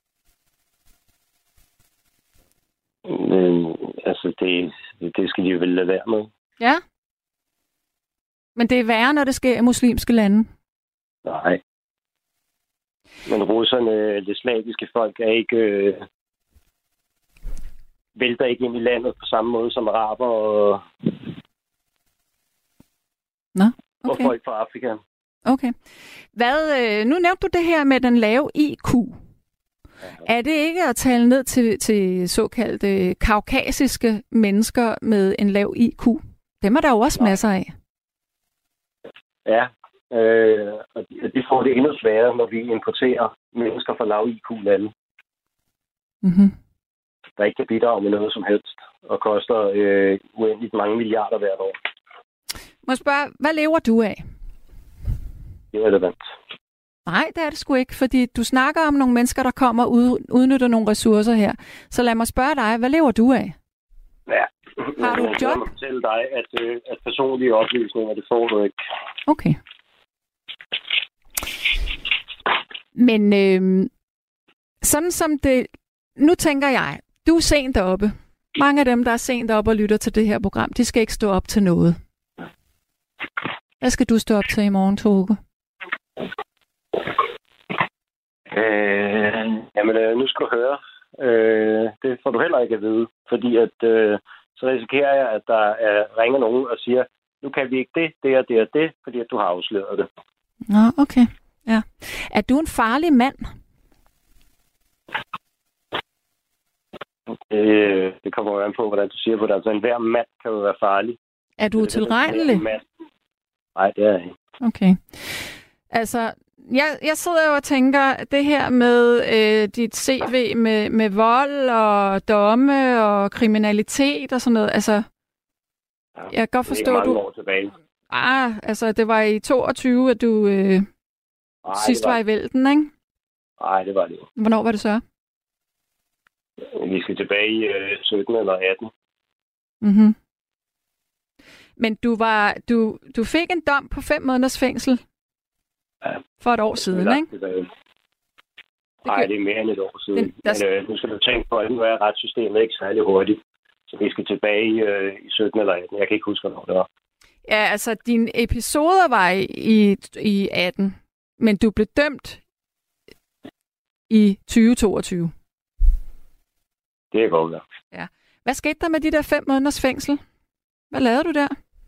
Men, altså, det, det skal de jo vel lade være med. Ja. Men det er værre, når det sker i muslimske lande. Nej. Men russerne, det slaviske folk, er ikke... Øh, vælter ikke ind i landet på samme måde som araber og, Nå, okay. og folk fra Afrika. Okay. Hvad, øh, nu nævnte du det her med den lave I Q. Ja. Er det ikke at tale ned til, til såkaldte kaukasiske mennesker med en lav I Q? Dem er der jo også Nej. masser af. Ja, øh, og de får det endnu sværere, når vi importerer mennesker fra lav I Q-lande. Mhm. Der ikke kan bidrage med noget som helst, og koster øh, uendeligt mange milliarder hvert år. Må jeg spørge, hvad lever du af? Det er relevant. Nej, det er det sgu ikke, fordi du snakker om nogle mennesker, der kommer og udnytter nogle ressourcer her. Så lad mig spørge dig, hvad lever du af? Ja, har du et job? Jeg må fortælle dig, at, øh, at personlige oplysninger, det får du ikke. Okay. Men øh, sådan som det... Nu tænker jeg, du er sent deroppe. Mange af dem, der er sent deroppe og lytter til det her program, de skal ikke stå op til noget. Hvad skal du stå op til i morgen, Toge? Øh, jamen, øh, nu skal du høre. Øh, det får du heller ikke at vide. Fordi at, øh, så risikerer jeg, at der er, ringer nogen og siger, nu kan vi ikke det, det og det og det, fordi at du har afsløret det. Nå, okay. Ja. Er du en farlig mand? Det, det kommer jo an på, hvordan du siger på det. Altså, enhver mand kan jo være farlig. Er du utilregnelig? Nej, det er jeg ikke. Okay. Altså, jeg, jeg sidder jo og tænker, det her med øh, dit C V med, med vold og domme og kriminalitet og sådan noget, altså, ja, jeg kan godt forstå, det er du... år tilbage. Ah, altså, det var i toogtyve, at du øh, Ej, sidst var... var i vælten, ikke? Nej, det var det jo. Hvornår var det så? Vi skal tilbage i øh, sytten eller atten. Mm-hmm. Men du var du du fik en dom på fem måneders fængsel ja. for et år siden, det ikke? Det Nej, det er mere end et år siden. Den, der... Men øh, nu skal du tænke på, at nu er retssystemet ikke særlig hurtigt. Så vi skal tilbage i, øh, i sytten eller atten. Jeg kan ikke huske, hvornår det var. Ja, altså dine episoder var i, i, i atten, men du blev dømt i tyve toogtyve. Det er godt, ja. Ja. Hvad skete der med de der fem måneders fængsel? Hvad lavede du der?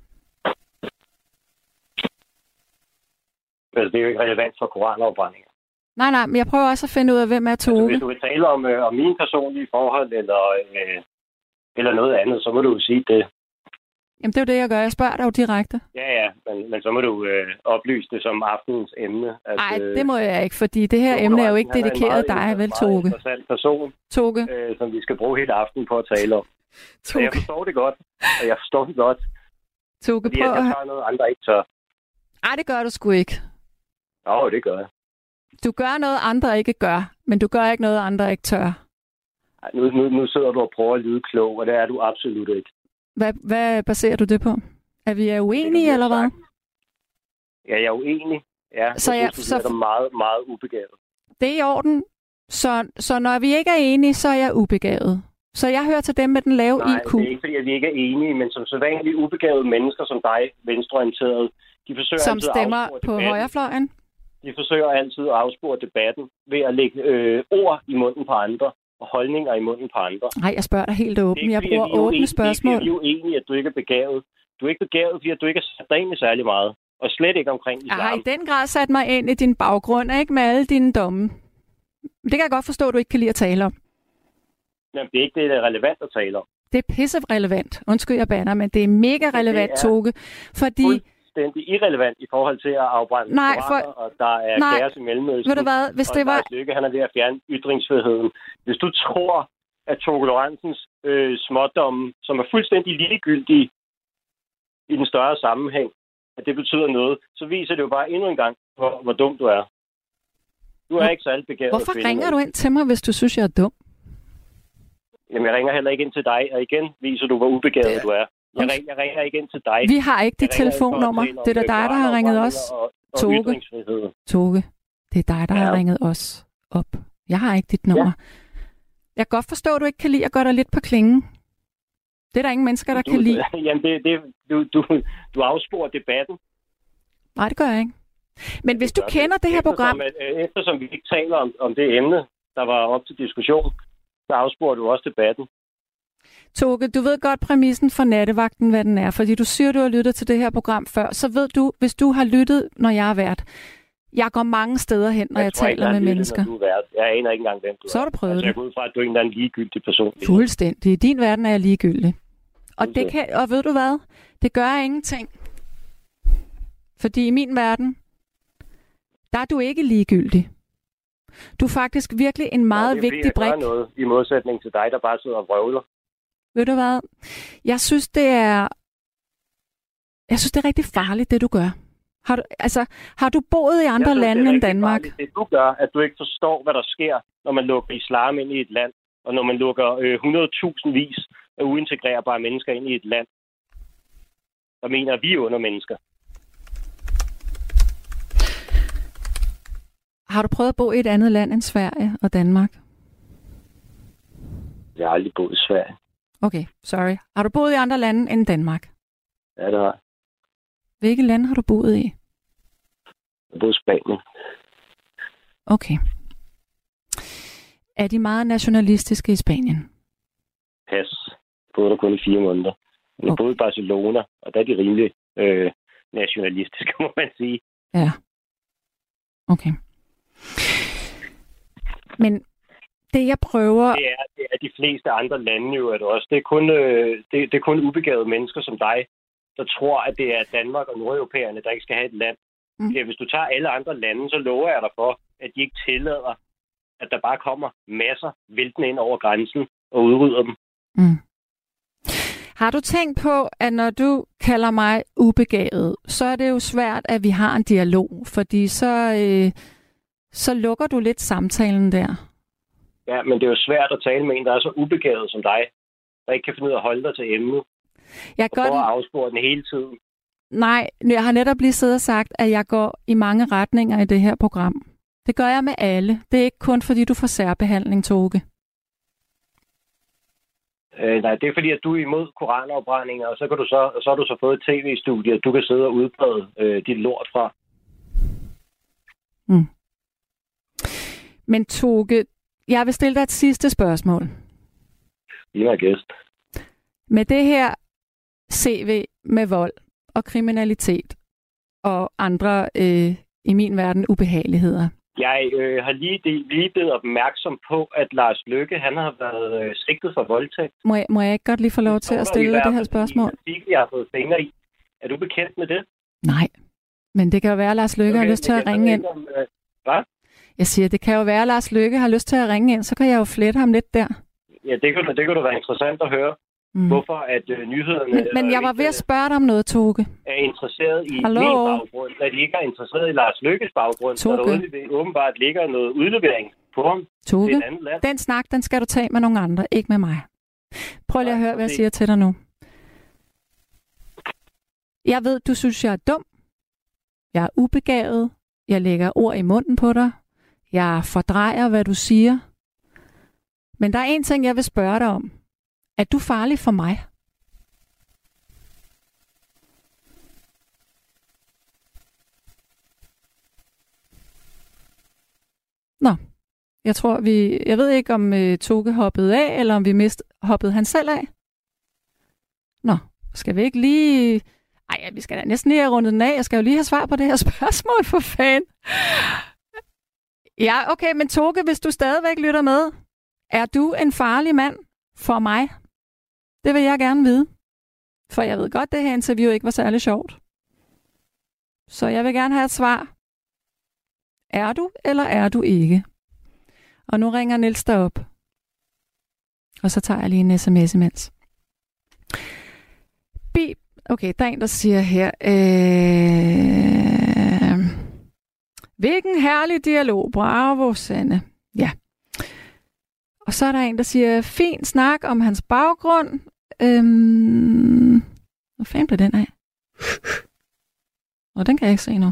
Altså, det er jo ikke relevant for koranafbrændinger. Nej, nej, men jeg prøver også at finde ud af, hvem er Toge. Altså, hvis du vil tale om, øh, om mine personlige forhold, eller, øh, eller noget andet, så må du jo sige det. Jamen, det er jo det, jeg gør. Jeg spørger dig jo direkte. Ja, ja, men, men så må du øh, oplyse det som aftenens emne. Nej, øh, det må jeg ikke, fordi det her emne er jo ikke dedikeret dig, vel, Toge? Det er en interessant person, Toge. Øh, som vi skal bruge hele aften på at tale om. Så jeg forstår det godt, og jeg forstår det godt. Toge, fordi prøv at... jeg tør noget, andre ikke tør. Nej, det gør du sgu ikke. Jo, det gør jeg. Du gør noget, andre ikke gør, men du gør ikke noget, andre ikke tør. Ej, nu, nu, nu sidder du og prøver at lyde klog, og det er du absolut ikke. Hvad, hvad baserer du det på? Er vi er uenige, det, eller hvad? Ja, jeg er uenig. Ja, så jeg synes, så du er meget, meget ubegavet. Det er i orden. Så, så når vi ikke er enige, så er jeg ubegavet. Så jeg hører til dem med den lave Nej, I Q. Nej, det er ikke, fordi at vi ikke er enige, men som sædvanligt ubegavede mennesker som dig, venstreorienterede, de forsøger som altid stemmer at på højrefløjen? De forsøger altid at afspore debatten ved at lægge øh, ord i munden på andre og holdninger i munden på andre. Nej, jeg spørger dig helt åbent. Jeg bruger åbne uenige, spørgsmål. Det er jo uenige, at du ikke er begavet. Du er ikke begavet, fordi du ikke har sat dig ind i særlig meget. Og slet ikke omkring islam. Jeg har i den grad sat mig ind i din baggrund, ikke, med alle dine domme. Det kan jeg godt forstå, at du ikke kan lide at tale om. Jamen, det er ikke det, der er relevant at tale om. Det er pisserelevant. Undskyld, jeg bander, men det er mega relevant, Toge. Fordi... fuldstændig irrelevant i forhold til at afbrænde Nej, for... og der er Nej. kaos i Mellemøsten. Ved du hvad, hvis og det var... Lykke, han er ved at fjerne ytringsfriheden. Hvis du tror, at Toge Lorentzens øh, smådomme, som er fuldstændig ligegyldige i den større sammenhæng, at det betyder noget, så viser det jo bare endnu en gang, hvor, hvor dum du er. Du er Hvor... ikke særlig begavet. Hvorfor kvinde, ringer du ind til mig, hvis du synes, jeg er dum? Jamen, jeg ringer heller ikke ind til dig, og igen viser du, hvor ubegavet det... du er. Jeg ringer, jeg ringer ikke ind til dig. Vi har ikke dit telefonnummer. Det er da dig, der har ringet os. Og, og Toge. Toge. Det er dig, der ja. har ringet os op. Jeg har ikke dit nummer. Ja. Jeg kan godt forstå, at du ikke kan lide at gøre dig lidt på klingen. Det er der ingen mennesker, der du, kan lide. Jamen, det, det, du, du, du afsporer debatten. Nej, det gør jeg ikke. Men hvis du kender det her program... Eftersom, eftersom vi ikke taler om, om det emne, der var op til diskussion, så afsporer du også debatten. Toge, du ved godt præmissen for nattevagten, hvad den er, fordi du siger, du har lyttet til det her program før, så ved du, hvis du har lyttet, når jeg har været. Jeg går mange steder hen, når jeg, jeg taler ikke, med mennesker. Lyttet, du er jeg aner ikke engang, hvem du er. Så har du prøvet altså, jeg går ud fra, at du er en eller anden ligegyldig person. Fuldstændig. I din verden er jeg ligegyldig. Og, det kan, og ved du hvad? Det gør ingenting. Fordi i min verden, der er du ikke ligegyldig. Du er faktisk virkelig en meget ja, vigtig brik. Det er noget i modsætning til dig, der bare sidder og vrøvler. Ved du hvad? Jeg synes, det er... Jeg synes, det er rigtig farligt, det du gør. Har du, altså, har du boet i andre synes, lande end Danmark? Farligt, det du gør, at du ikke forstår, hvad der sker, når man lukker islam ind i et land, og når man lukker øh, hundredtusindvis af uintegrerbare mennesker ind i et land. Der mener vi under mennesker. Har du prøvet at bo i et andet land end Sverige og Danmark? Jeg har aldrig boet i Sverige. Okay, sorry. Har du boet i andre lande end Danmark? Ja, det har jeg. Hvilke lande har du boet i? Jeg har boet i Spanien. Okay. Er de meget nationalistiske i Spanien? Pas. Jeg boede der kun i fire måneder. Jeg okay. boede i Barcelona, og der er de rimelig øh, nationalistiske, må man sige. Ja. Okay. Men det, jeg prøver... Det er, det er de fleste andre lande jo, at også. Det er kun, øh, det, det er kun ubegavede mennesker som dig, der tror, at det er Danmark og nordeuropæerne, der ikke skal have et land. Mm. Ja, hvis du tager alle andre lande, så lover jeg dig for, at de ikke tillader, at der bare kommer masser væltende ind over grænsen og udrydder dem. Mm. Har du tænkt på, at når du kalder mig ubegavet, så er det jo svært, at vi har en dialog, fordi så, øh, så lukker du lidt samtalen der. Ja, men det er jo svært at tale med en, der er så ubegavet som dig, der ikke kan finde ud af at holde dig til emnet. Jeg og prøver at afspore den hele tiden. Nej, jeg har netop lige siddet og sagt, at jeg går i mange retninger i det her program. Det gør jeg med alle. Det er ikke kun fordi, du får særbehandling, Toge. Øh, nej, det er fordi, at du er imod koranafbrændinger, og så, kan du så, så har du så fået et tv-studie, at du kan sidde og udbrede øh, dit lort fra. Mm. Men Toge, jeg vil stille dig et sidste spørgsmål. I er gæst. Med det her C V med vold og kriminalitet og andre, øh, i min verden, ubehageligheder. Jeg øh, har lige, lige blevet opmærksom på, at Lars Løkke, han har været øh, sigtet for voldtægt. Må jeg, må jeg ikke godt lige få lov til at stille det her spørgsmål? Det jeg har fået fingre i. Er du bekendt med det? Nej, men det kan jo være, at Lars Løkke okay, har lyst til at ringe ind. Om, øh, hvad? Jeg siger, det kan jo være, at Lars Løkke har lyst til at ringe ind, så kan jeg jo flette ham lidt der. Ja, det kunne, det kunne da være interessant at høre. Mm. Hvorfor at øh, nyhederne... Men, men jeg var ved at spørge dig om noget, Toge. Er interesseret i Hallo? min baggrund, at de ikke er interesseret i Lars Lykkes baggrund, så der åbenbart ligger noget udlevering på ham Toge, til et andet land. Den snak, den skal du tage med nogle andre, ikke med mig. Prøv lige at høre, hvad jeg siger til dig nu. Jeg ved, du synes, jeg er dum. Jeg er ubegavet. Jeg lægger ord i munden på dig. Jeg fordrejer, hvad du siger. Men der er en ting, jeg vil spørge dig om. Er du farlig for mig? Nå, jeg tror vi... Jeg ved ikke, om uh, Toge hoppede af, eller om vi mist hoppede han selv af. Nå, skal vi ikke lige... Ej, vi skal da næsten lige have rundet den af. Jeg skal jo lige have svar på det her spørgsmål, for fanden. Ja, okay, men Toge, hvis du stadigvæk lytter med, er du en farlig mand for mig? Det vil jeg gerne vide. For jeg ved godt, det her interview ikke var særlig sjovt. Så jeg vil gerne have et svar. Er du, eller er du ikke? Og nu ringer Niels derop. Og så tager jeg lige en sms imens. Bip. Okay, der er en, der siger her. Øh... Hvilken herlig dialog. Bravo, Sanne. Ja. Og så er der en, der siger, fin snak om hans baggrund. Øhm... Hvor fanden blev den af? Og den kan jeg ikke se nu.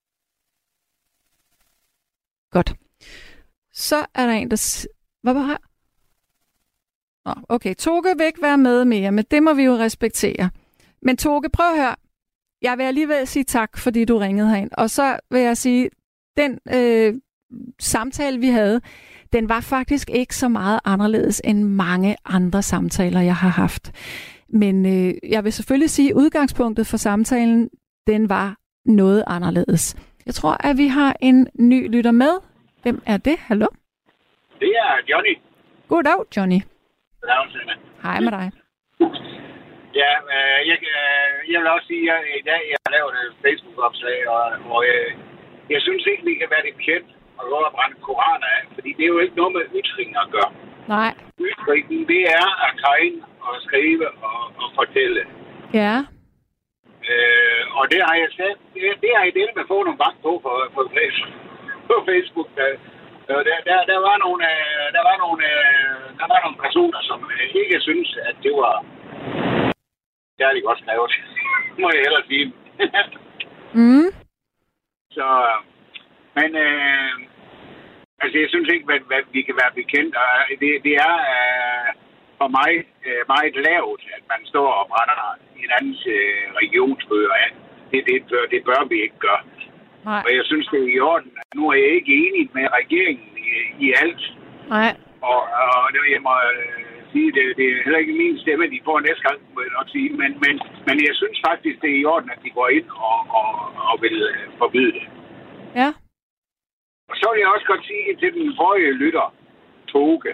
Godt. Så er der en, der... S- Hvad var her? Nå, okay, Toge vil ikke være med mere, men det må vi jo respektere. Men Toge, prøv at høre. Jeg vil alligevel sige tak, fordi du ringede herind. Og så vil jeg sige, den øh, samtale, vi havde, den var faktisk ikke så meget anderledes end mange andre samtaler, jeg har haft. Men øh, jeg vil selvfølgelig sige, at udgangspunktet for samtalen, den var noget anderledes. Jeg tror, at vi har en ny lytter med. Hvem er det? Hallo? Det er Johnny. Goddag, Johnny. Goddag, Sanne. Hej med dig. Ja, øh, jeg, øh, jeg vil også sige, at i dag jeg har lavet et Facebook-opslag, og, og øh, jeg synes ikke, vi kan være det bekendt og gå og brænde koraner af, fordi det er jo ikke noget med ytringer at gøre. Nej. Ytringen, det er at tegne og skrive og, og fortælle. Ja. Øh, og det har jeg sagt, det, det har jeg delt med at få nogle bank på på, på, på Facebook. Der, der, der, der, var nogle, der, var nogle, der var nogle personer, som ikke synes, at det var særlig godt skrevet. Må jeg hellere sige. mm. Så, men øh, altså jeg synes ikke, at, at vi kan være bekendt. Og det, det er øh, for mig øh, meget lavt, at man står og brænder en andens øh, regionsbøger af. Det, det, bør, det bør vi ikke gøre. Nej. Og jeg synes, det er i orden. Nu er jeg ikke enig med regeringen i, i alt. Nej. Og, og det jeg må øh, sige, det, det er heller ikke min stemme, de får næste gang, må jeg nok sige. Men, men, men jeg synes faktisk, det er i orden, at de går ind og, og, og vil forbyde det. Ja. Og så vil jeg også godt sige til den forrige lytter, Toge,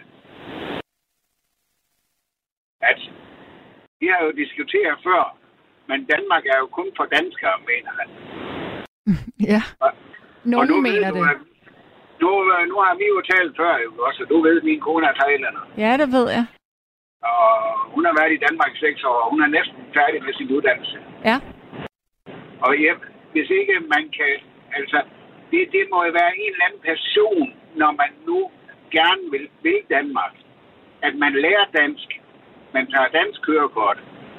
at vi har jo diskuteret før, men Danmark er jo kun for danskere, mener han. Ja, nogen nu mener du, det. Nu, nu har vi jo talt før, også du ved, min kone er thailander. Ja, det ved jeg. Og hun har været i Danmark i seks år, og hun er næsten færdig med sin uddannelse. Ja. Og ja, hvis ikke man kan, altså, det, det må jo være en eller anden person, når man nu gerne vil, vil Danmark, at man lærer dansk, man tager dansk kørekort,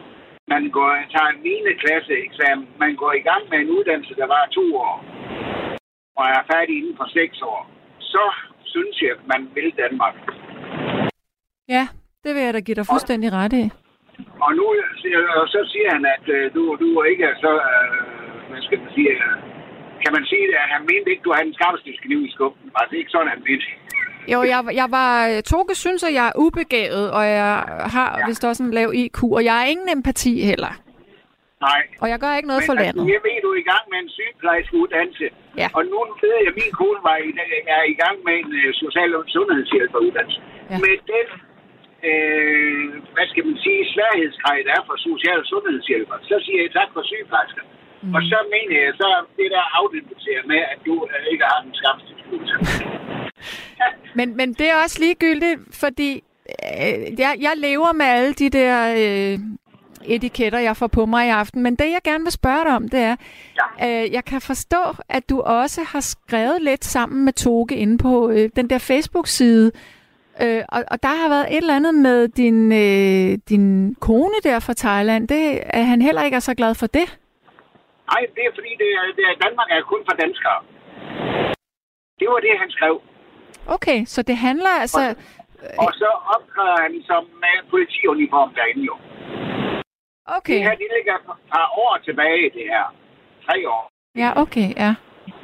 man går, tager en niende klasse eksamen, man går i gang med en uddannelse, der var to år, og er færdig inden for seks år, så synes jeg, at man vil Danmark. Ja, det vil jeg da give dig fuldstændig ret i. Og nu og så siger han, at øh, du, du er ikke så, øh, hvad skal man sige, øh, kan man sige det, at han mente ikke, du havde en skarpeste kniv i skubben. Altså ikke sådan, han mente. Jo, jeg, jeg var, Toge synes, at jeg er ubegavet, og jeg har ja. vist også en lav I Q, og jeg har ingen empati heller. Nej. Og jeg gør ikke noget men, for landet. Men jeg ved, du er i gang med en sygeplejerske uddannelse. Ja. Og nu ved jeg, at min kone var i, er i gang med en uh, social- og sundhedshjælperuddannelse. Ja. Med den, øh, hvad skal man sige, sværhedsgrad, der er for social- og sundhedshjælper, så siger jeg tak for sygeplejersker. Mm. Og så mener jeg, så det der afdimpeterer med, at du uh, ikke har den skarpeste kniv. men, men det er også ligegyldigt, fordi øh, jeg, jeg lever med alle de der øh, etiketter, jeg får på mig i aften. Men det, jeg gerne vil spørge dig om, det er, ja. øh, jeg kan forstå, at du også har skrevet lidt sammen med Toge inde på øh, den der Facebook-side. Øh, og, og der har været et eller andet med din, øh, din kone der fra Thailand. Det er han heller ikke er så glad for det. Nej, det er fordi, det er, det er, Danmark er kun for danskere. Det var det, han skrev. Okay, så det handler altså... Og, og så optræder han som med politiuniform derinde jo. Okay. Det her, det ligger et par år tilbage, det her. Tre år. Ja, okay, ja.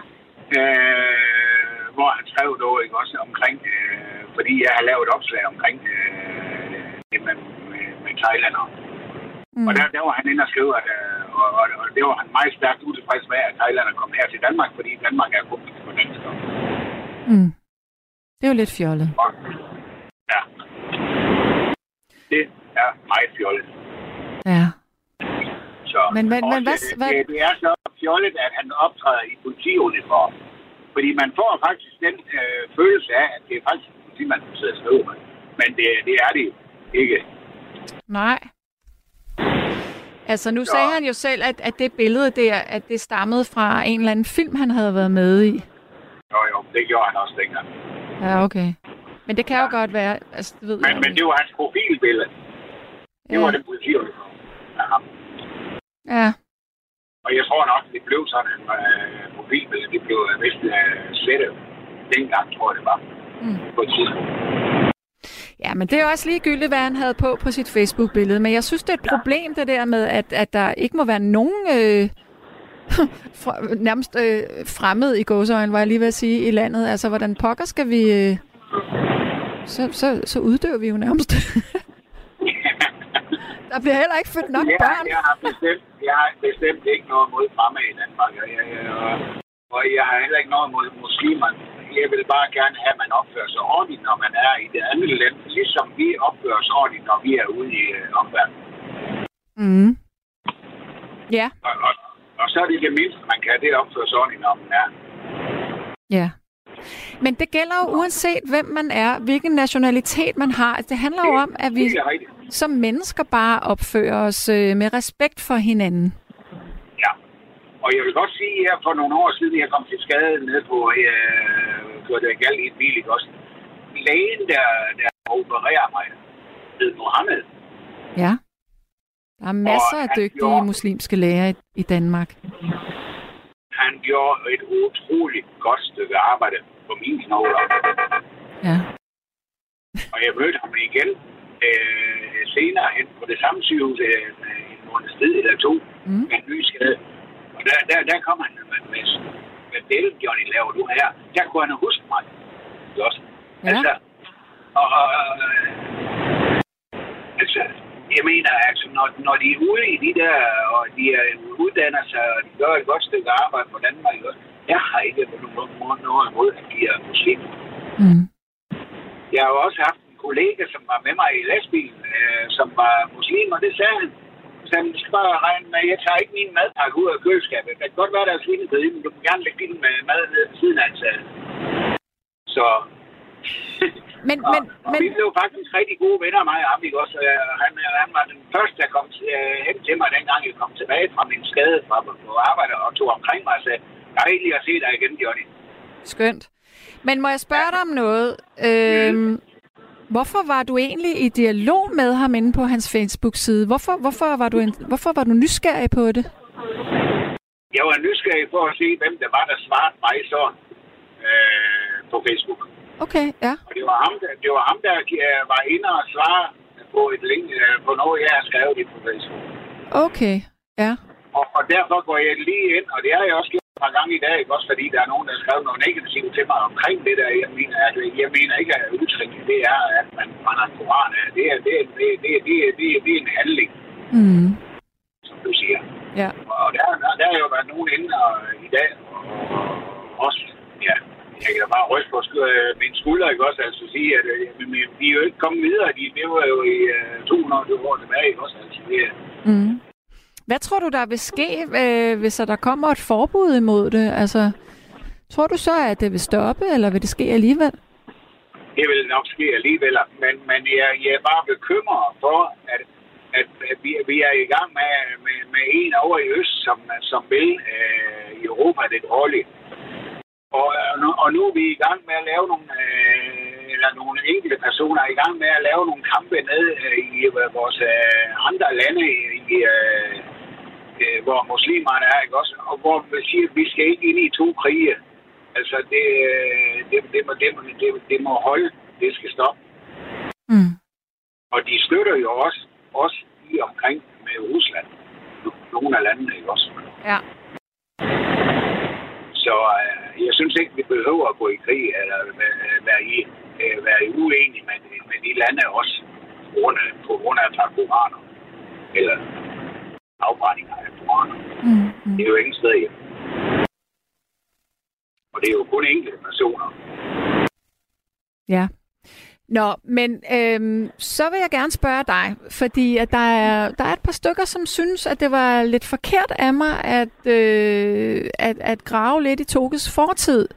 Øh, hvor han skrev noget, ikke også, omkring... Øh, fordi jeg har lavet et opslag omkring øh, det med, med, med thailander. Mm. Og der, der var han inde og skrev, at... Øh, og, og, og det var han meget stærkt utilfreds med, at thailander kom her til Danmark, fordi Danmark er kun for danskere. Mm. Det er jo lidt fjollet. Ja. Det er meget fjollet. Ja. Så, men men, men hvad, det, hvad... Det, det er så fjollet, at han optræder i politiuniform. Fordi man får faktisk den øh, følelse af, at det er faktisk en politimand, der sidder og skriver med. Men det, det er det jo ikke. Nej. Altså, nu så. sagde han jo selv, at, at det billede der, at det stammede fra en eller anden film, han havde været med i. Jo, jo, det gjorde han også dengang. Ja, okay. Men det kan ja. jo godt være... Altså, det ved men, men det var hans profilbillede. Det ja. var det politiuniform af ham. Ja. Og jeg tror nok, det blev sådan en uh, profilbillede. Det blev uh, vist uh, slettet dengang, tror jeg det var. Mm. På et tidspunkt. Ja, men det er også ligegyldigt, hvad han havde på på sit Facebook-billede. Men jeg synes, det er et problem, det der med, at, at der ikke må være nogen øh, fra, nærmest øh, fremmed i gåseøjne, var jeg lige ved at sige, i landet. Altså, hvordan pokker skal vi... Øh, så, så, så uddør vi jo nærmest. Der bliver heller ikke født nok ja, børn. Jeg har bestemt, jeg har bestemt ikke noget mod fremme i Danmark. Og jeg, jeg, og, og jeg har heller ikke noget mod muslimer. Jeg vil bare gerne have, at man opfører sig ordentligt, når man er i det andet land. Ligesom vi opfører os ordentligt, når vi er ude i øh, omverdenen. Mm. Ja. Og, og, og så er det det mindste, man kan. Det opføre sig ordentligt, når man er. Ja. Men det gælder jo uanset, hvem man er, hvilken nationalitet man har. Det handler jo om, at vi som mennesker bare opfører os øh, med respekt for hinanden. Ja. Og jeg vil godt sige, at her for nogle år siden, jeg kom til skade nede på, jeg gjorde det galt i et bil, ikke også? Lægen, der, der opererer mig, hed Mohammed. Ja. Der er masser af dygtige gjorde, muslimske læger i, i Danmark. Han gjorde et utroligt godt stykke arbejde på mine knogler. Ja. Og jeg mødte ham igen øh, senere hen på det samme sygehus øh, en måneds tid eller to mm. med en ny skade. Og der, der, der kom han med, med, med Bell, Johnny, laver du her. Der kunne han huske mig. Det også. Ja. Altså, og, og, øh, altså, jeg mener, altså, når, når de er ude i de der, og de er uddanner sig, og de gør et godt stykke arbejde på Danmark, jeg har ikke noget imod, at de er muslimer. Mm. Jeg har jo også haft en kollega, som var med mig i lastbilen, øh, som var muslim, og det sagde han. Så han skal bare regne med, at jeg tager ikke min madpakke ud af køleskabet. Det kan godt være, der er svinebed i, men du kan gerne lægge din med mad ned ved siden af hans. Så... Men, og, men, og men... vi blev faktisk rigtig gode venner, mig og ham, ikke også? Han, han var den første, der kom øh, hen til mig, dengang jeg kom tilbage fra min skade fra på arbejde, og tog omkring mig og sagde, dejligt at se dig igen, Johnny. Skønt. Men må jeg spørge dig om noget? Øhm, Hvorfor var du egentlig i dialog med ham inde på hans Facebook-side? Hvorfor, hvorfor, var du en, hvorfor var du nysgerrig på det? Jeg var nysgerrig for at se, hvem der var, der svarede mig så øh, på Facebook. Okay, ja. Og det var ham, der, det var, ham, der var inde og svare på et link øh, på noget, jeg har skrevet det på Facebook. Okay, ja. Og, og derfor går jeg lige ind, og det har jeg også gjort et par gange i dag, ikke? Også fordi der er nogen, der har skrevet noget negativt til mig omkring det der. Jeg mener, at, jeg mener ikke, at udtrykken det er, at man brænder en koran af. Det er, det, er, det, er, det, er, det, er, det, er, det er en handling, mm. som du siger. Ja. Og der, der, der har jo været nogen inde og, i dag, og også, ja, jeg kan bare ryste på sk- min skulder, ikke også, altså sige, at øh, de er jo ikke kommet videre, de lever jo i øh, to hundrede år tilbage, ikke også, altså det. Mm. Hvad tror du, der vil ske, øh, hvis der kommer et forbud imod det? Altså, tror du så, at det vil stoppe, eller vil det ske alligevel? Det vil nok ske alligevel, men, men jeg, jeg er bare bekymret for, at, at, at vi, vi er i gang med, med, med en over i øst, som, som vil øh, i Europa det dårligt. Og, og nu er vi i gang med at lave nogle, øh, eller nogle enkelte personer er i gang med at lave nogle kampe ned øh, i øh, vores øh, andre lande, i, øh, øh, hvor muslimerne er, ikke også? Og hvor vi siger, at vi skal ikke ind i to krige. Altså, det, det, det, må, det, må, det, det må holde. Det skal stoppe. Mm. Og de støtter jo også, også i omkring med Rusland. Nogle af landene, ikke også? Ja. Så øh, jeg synes ikke, vi behøver at gå i krig eller øh, være, i, øh, være uenige med, med de lande også på grund af, på grund af at tage koraner eller afbrændinger af koraner. Mm, mm. Det er jo ingen sted hjemme. Og det er jo kun enkelte personer. Ja. Nå, men øhm, så vil jeg gerne spørge dig, fordi at der, er, der er et par stykker, som synes, at det var lidt forkert af mig at, øh, at, at grave lidt i Toges fortid.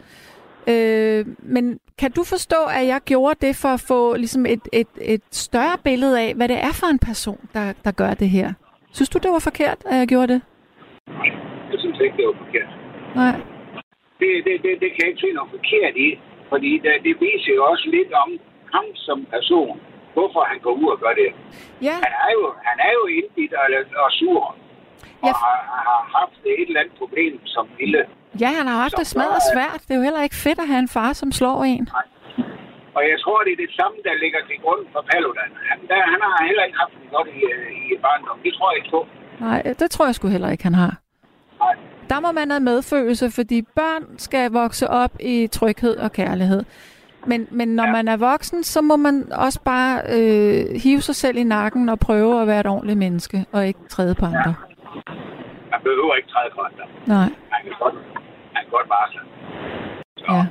Øh, men kan du forstå, at jeg gjorde det for at få ligesom et, et, et større billede af, hvad det er for en person, der, der gør det her? Synes du, det var forkert, at jeg gjorde det? Jeg synes ikke, det var forkert. Nej. Det, det, det, det kan jeg ikke se noget forkert i, fordi det, det viser jo også lidt om ham som person, hvorfor han går ud og gør det. Ja. Han er jo, han er jo indbidt og, og sur, og ja. har, har haft et eller andet problem som lille. Ja, han har haft det smadret svært. Det er jo heller ikke fedt at have en far, som slår en. Nej. Og jeg tror, det er det samme, der ligger til grund for Paludan. Han, der, han har heller ikke haft det godt i, i barndom. Det tror jeg ikke på. Nej, det tror jeg sgu heller ikke, han har. Nej. Der må man have medfølelse, fordi børn skal vokse op i tryghed og kærlighed. Men, men når ja. man er voksen, så må man også bare øh, hive sig selv i nakken og prøve at være et ordentligt menneske, og ikke træde på andre. Ja. Man behøver ikke træde på andre. Nej. Han kan godt, han kan godt varsle. Ja.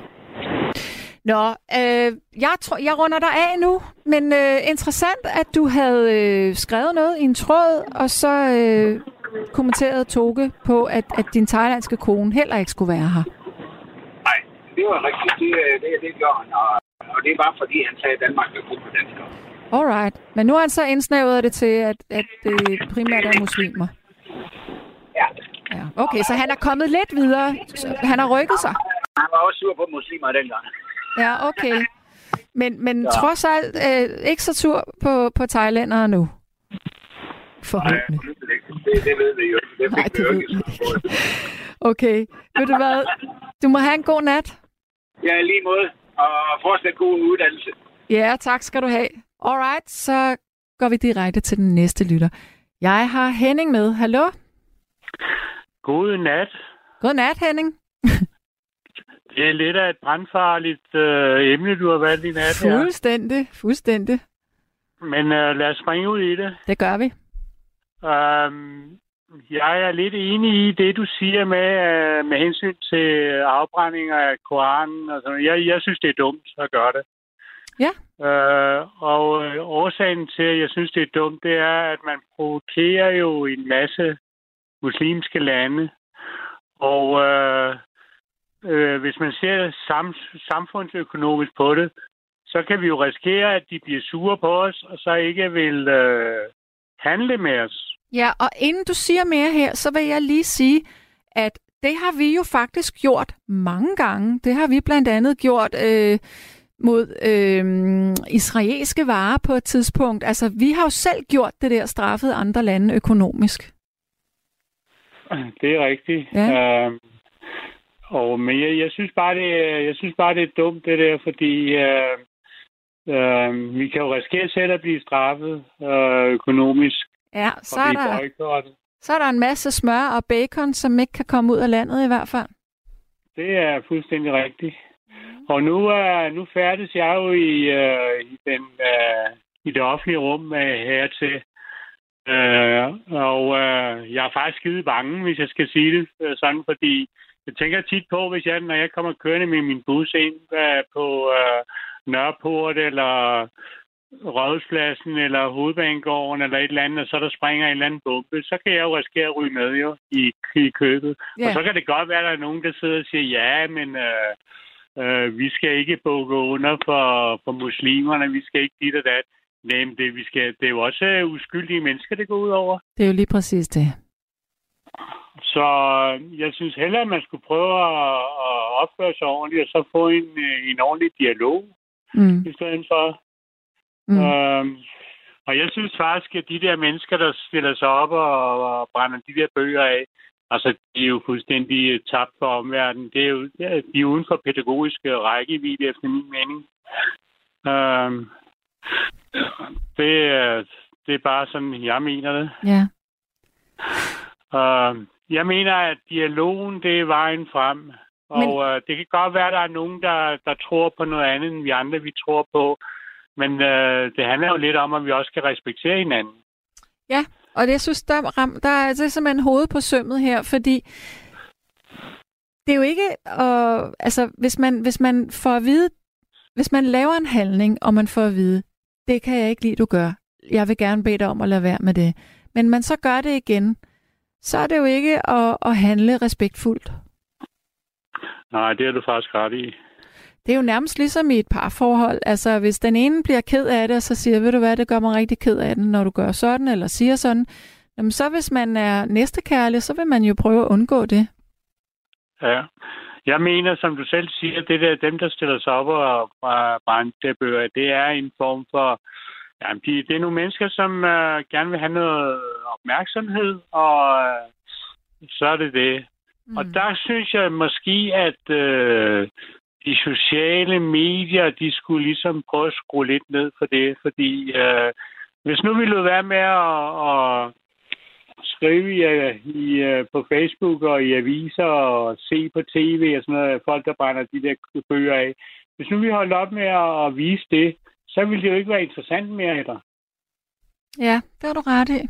Nå, øh, jeg, tror, jeg runder dig af nu, men øh, interessant, at du havde øh, skrevet noget i en tråd, og så øh, kommenteret Toge på, at, at din thailandske kone heller ikke skulle være her. Nej, det var rigtigt. Det, det, det gjorde han, og, og det var, fordi han sagde, at Danmark er kun på danskere. Alright, men nu har han så indsnævret det til, at, at det primært er muslimer. Ja. Ja. Okay, så han er kommet lidt videre. Han har rykket sig. Han var også sur på muslimer dengang. Ja, okay. Men, men ja. trods alt øh, ikke så tur på, på thailændere nu. Forhåbentlig. Nej, det, det ved vi jo. Det Nej, det ved vi ikke. Okay, ved du hvad? Du må have en god nat. Ja, lige måde. Og fortsat god uddannelse. Ja, tak skal du have. Alright, så går vi direkte til den næste lytter. Jeg har Henning med. Hallo? God nat. God nat, Henning. Det er lidt af et brandfarligt øh, emne, du har valgt i nat her. Fuldstændig, fuldstændig. Men øh, lad os springe ud i det. Det gør vi. Um, jeg er lidt enig i det, du siger med, øh, med hensyn til afbrændinger af Koranen. Og sådan. Jeg, jeg synes, det er dumt at gøre det. Ja. Uh, og øh, årsagen til, at jeg synes, det er dumt, det er, at man provokerer jo en masse muslimske lande. Og øh, øh, hvis man ser sam- samfundsøkonomisk på det, så kan vi jo risikere, at de bliver sure på os, og så ikke vil øh, handle med os. Ja, og inden du siger mere her, så vil jeg lige sige, at det har vi jo faktisk gjort mange gange. Det har vi blandt andet gjort øh, mod øh, israelske varer på et tidspunkt. Altså, vi har jo selv gjort det der, straffet andre lande økonomisk. Det er rigtigt. Ja. Øh, og, men jeg, jeg, synes bare, det, jeg synes bare, det er dumt, det der, fordi øh, øh, vi kan jo risikere selv at blive straffet øh, økonomisk. Ja, så er, der, så er der en masse smør og bacon, som ikke kan komme ud af landet i hvert fald. Det er fuldstændig rigtigt. Og nu, uh, nu færdes jeg jo i, uh, i, den, uh, i det offentlige rum uh, hertil. Uh, og uh, jeg er faktisk skide bange, hvis jeg skal sige det uh, sådan, fordi jeg tænker tit på, hvis jeg, når jeg kommer kørende med min bus ind uh, på uh, Nørreport eller Rådhuspladsen eller Hovedbanegården eller et eller andet, og så der springer en eller anden bombe, så kan jeg jo risikere at ryge med jo i, i købet. Yeah. Og så kan det godt være, at der er nogen, der sidder og siger, ja, men øh, øh, vi skal ikke bukke under for, for muslimerne, vi skal ikke dit og dat. Nej, men det, vi skal, det er jo også uskyldige mennesker, det går ud over. Det er jo lige præcis det. Så jeg synes hellere, at man skulle prøve at, at opføre sig ordentligt, og så få en, en ordentlig dialog mm. i stedet for. Mm. Øhm, og jeg synes faktisk, at de der mennesker, der stiller sig op og, og brænder de der bøger af, altså, de er jo fuldstændig tabt for omverdenen. Det er jo, de er uden for pædagogiske rækkevidde, efter min mening. Øhm, det, er, det er bare sådan, jeg mener det. Ja. Øhm, jeg mener, at dialogen, det er vejen frem. Og Men... øh, det kan godt være, at der er nogen, der, der tror på noget andet, end vi andre, vi tror på. Men øh, det handler jo lidt om, at vi også skal respektere hinanden. Ja, og det, jeg synes, der, der er altså simpelthen hoved på sømmet her, fordi det er jo ikke, øh, altså hvis man, hvis man får at vide, hvis man laver en handling, og man får at vide, det kan jeg ikke lide, du gør, jeg vil gerne bede dig om at lade være med det, men man så gør det igen, så er det jo ikke at, at handle respektfuldt. Nej, det er du faktisk ret i. Det er jo nærmest ligesom i et parforhold. Altså, hvis den ene bliver ked af det, og så siger, ved du hvad, det gør mig rigtig ked af det, når du gør sådan, eller siger sådan, jamen så hvis man er næstekærlig, så vil man jo prøve at undgå det. Ja. Jeg mener, som du selv siger, det der, dem, der stiller sig op og brænder bøger, det er en form for, jamen, de, det er nogle mennesker, som uh, gerne vil have noget opmærksomhed, og uh, så er det det. Mm. Og der synes jeg måske, at uh, de sociale medier, de skulle ligesom prøve at skrue lidt ned for det, fordi øh, hvis nu vi lod være med at, at skrive i, i, på Facebook og i aviser og se på tv og sådan noget, folk, der brænder de der bøger af. Hvis nu vi holdt op med at, at vise det, så ville det jo ikke være interessant mere efter. Ja, det har du ret i.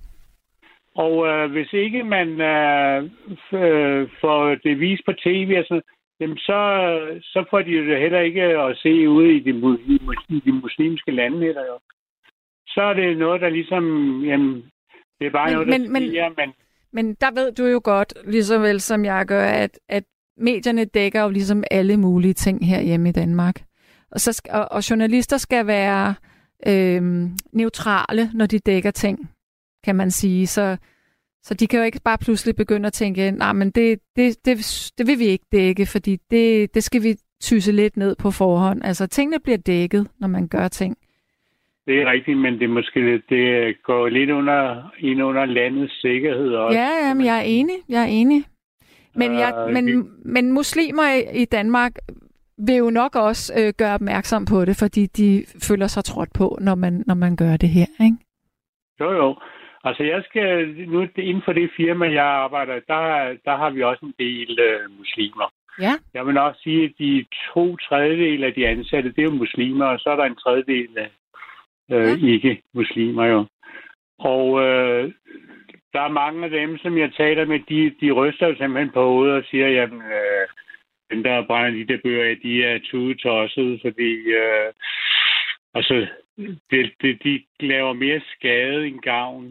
Og øh, hvis ikke man øh, f- får det vist på tv og sådan, jamen så, så får de jo heller ikke at se ude i de, i de muslimske lande heller jo. Så er det noget, der ligesom, jamen, det er bare men, noget, der men, siger, men... Men der ved du jo godt, ligesom vel som jeg gør, at, at medierne dækker jo ligesom alle mulige ting her hjemme i Danmark. Og, så skal, og, og journalister skal være øh, neutrale, når de dækker ting, kan man sige. Så Så de kan jo ikke bare pludselig begynde at tænke, nej, men det, det, det, det vil vi ikke dække, fordi det, det skal vi tyse lidt ned på forhånd. Altså, tingene bliver dækket, når man gør ting. Det er rigtigt, men det, er måske, det går lidt under, ind under landets sikkerhed også. Ja, jamen, jeg er enig. Jeg er enig. Men, jeg, uh, men, vi... men muslimer i Danmark vil jo nok også øh, gøre opmærksom på det, fordi de føler sig trådt på, når man, når man gør det her, ikke? Jo, jo. Altså, jeg skal nu inden for det firma, jeg arbejder, der, der har vi også en del øh, muslimer. Ja. Jeg vil nok sige, at de to tredjedel af de ansatte, det er jo muslimer, og så er der en tredjedel af øh, ja. ikke-muslimer jo. Og øh, der er mange af dem, som jeg taler med, de, de ryster jo simpelthen på hovedet og siger, jamen, øh, dem der brænder de der bøger, de er tudetossede, fordi øh, altså, det, det, de laver mere skade end gavn.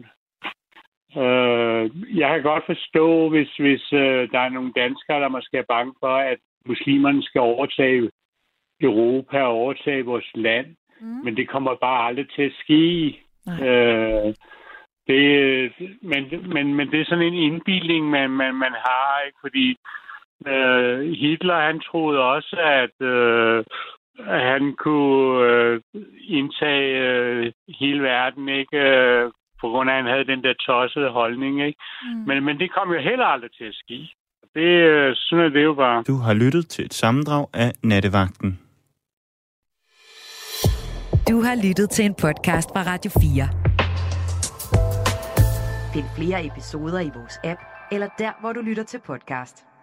Uh, jeg kan godt forstå, hvis, hvis uh, der er nogle danskere, der måske er bange for, at muslimerne skal overtage Europa og overtage vores land. Mm. Men det kommer bare aldrig til at ske. Uh, det, men, men, men det er sådan en indbildning, man, man, man har, ikke? Fordi uh, Hitler, han troede også, at uh, han kunne øh, indtage øh, hele verden, ikke? Øh, på grund af, at han havde den der tossede holdning, ikke? Mm. Men, men det kom jo heller aldrig til at ske. Det, øh, sådan er det jo bare. Du har lyttet til et sammendrag af Nattevagten. Du har lyttet til en podcast fra Radio fire. Find flere episoder i vores app, eller der, hvor du lytter til podcast.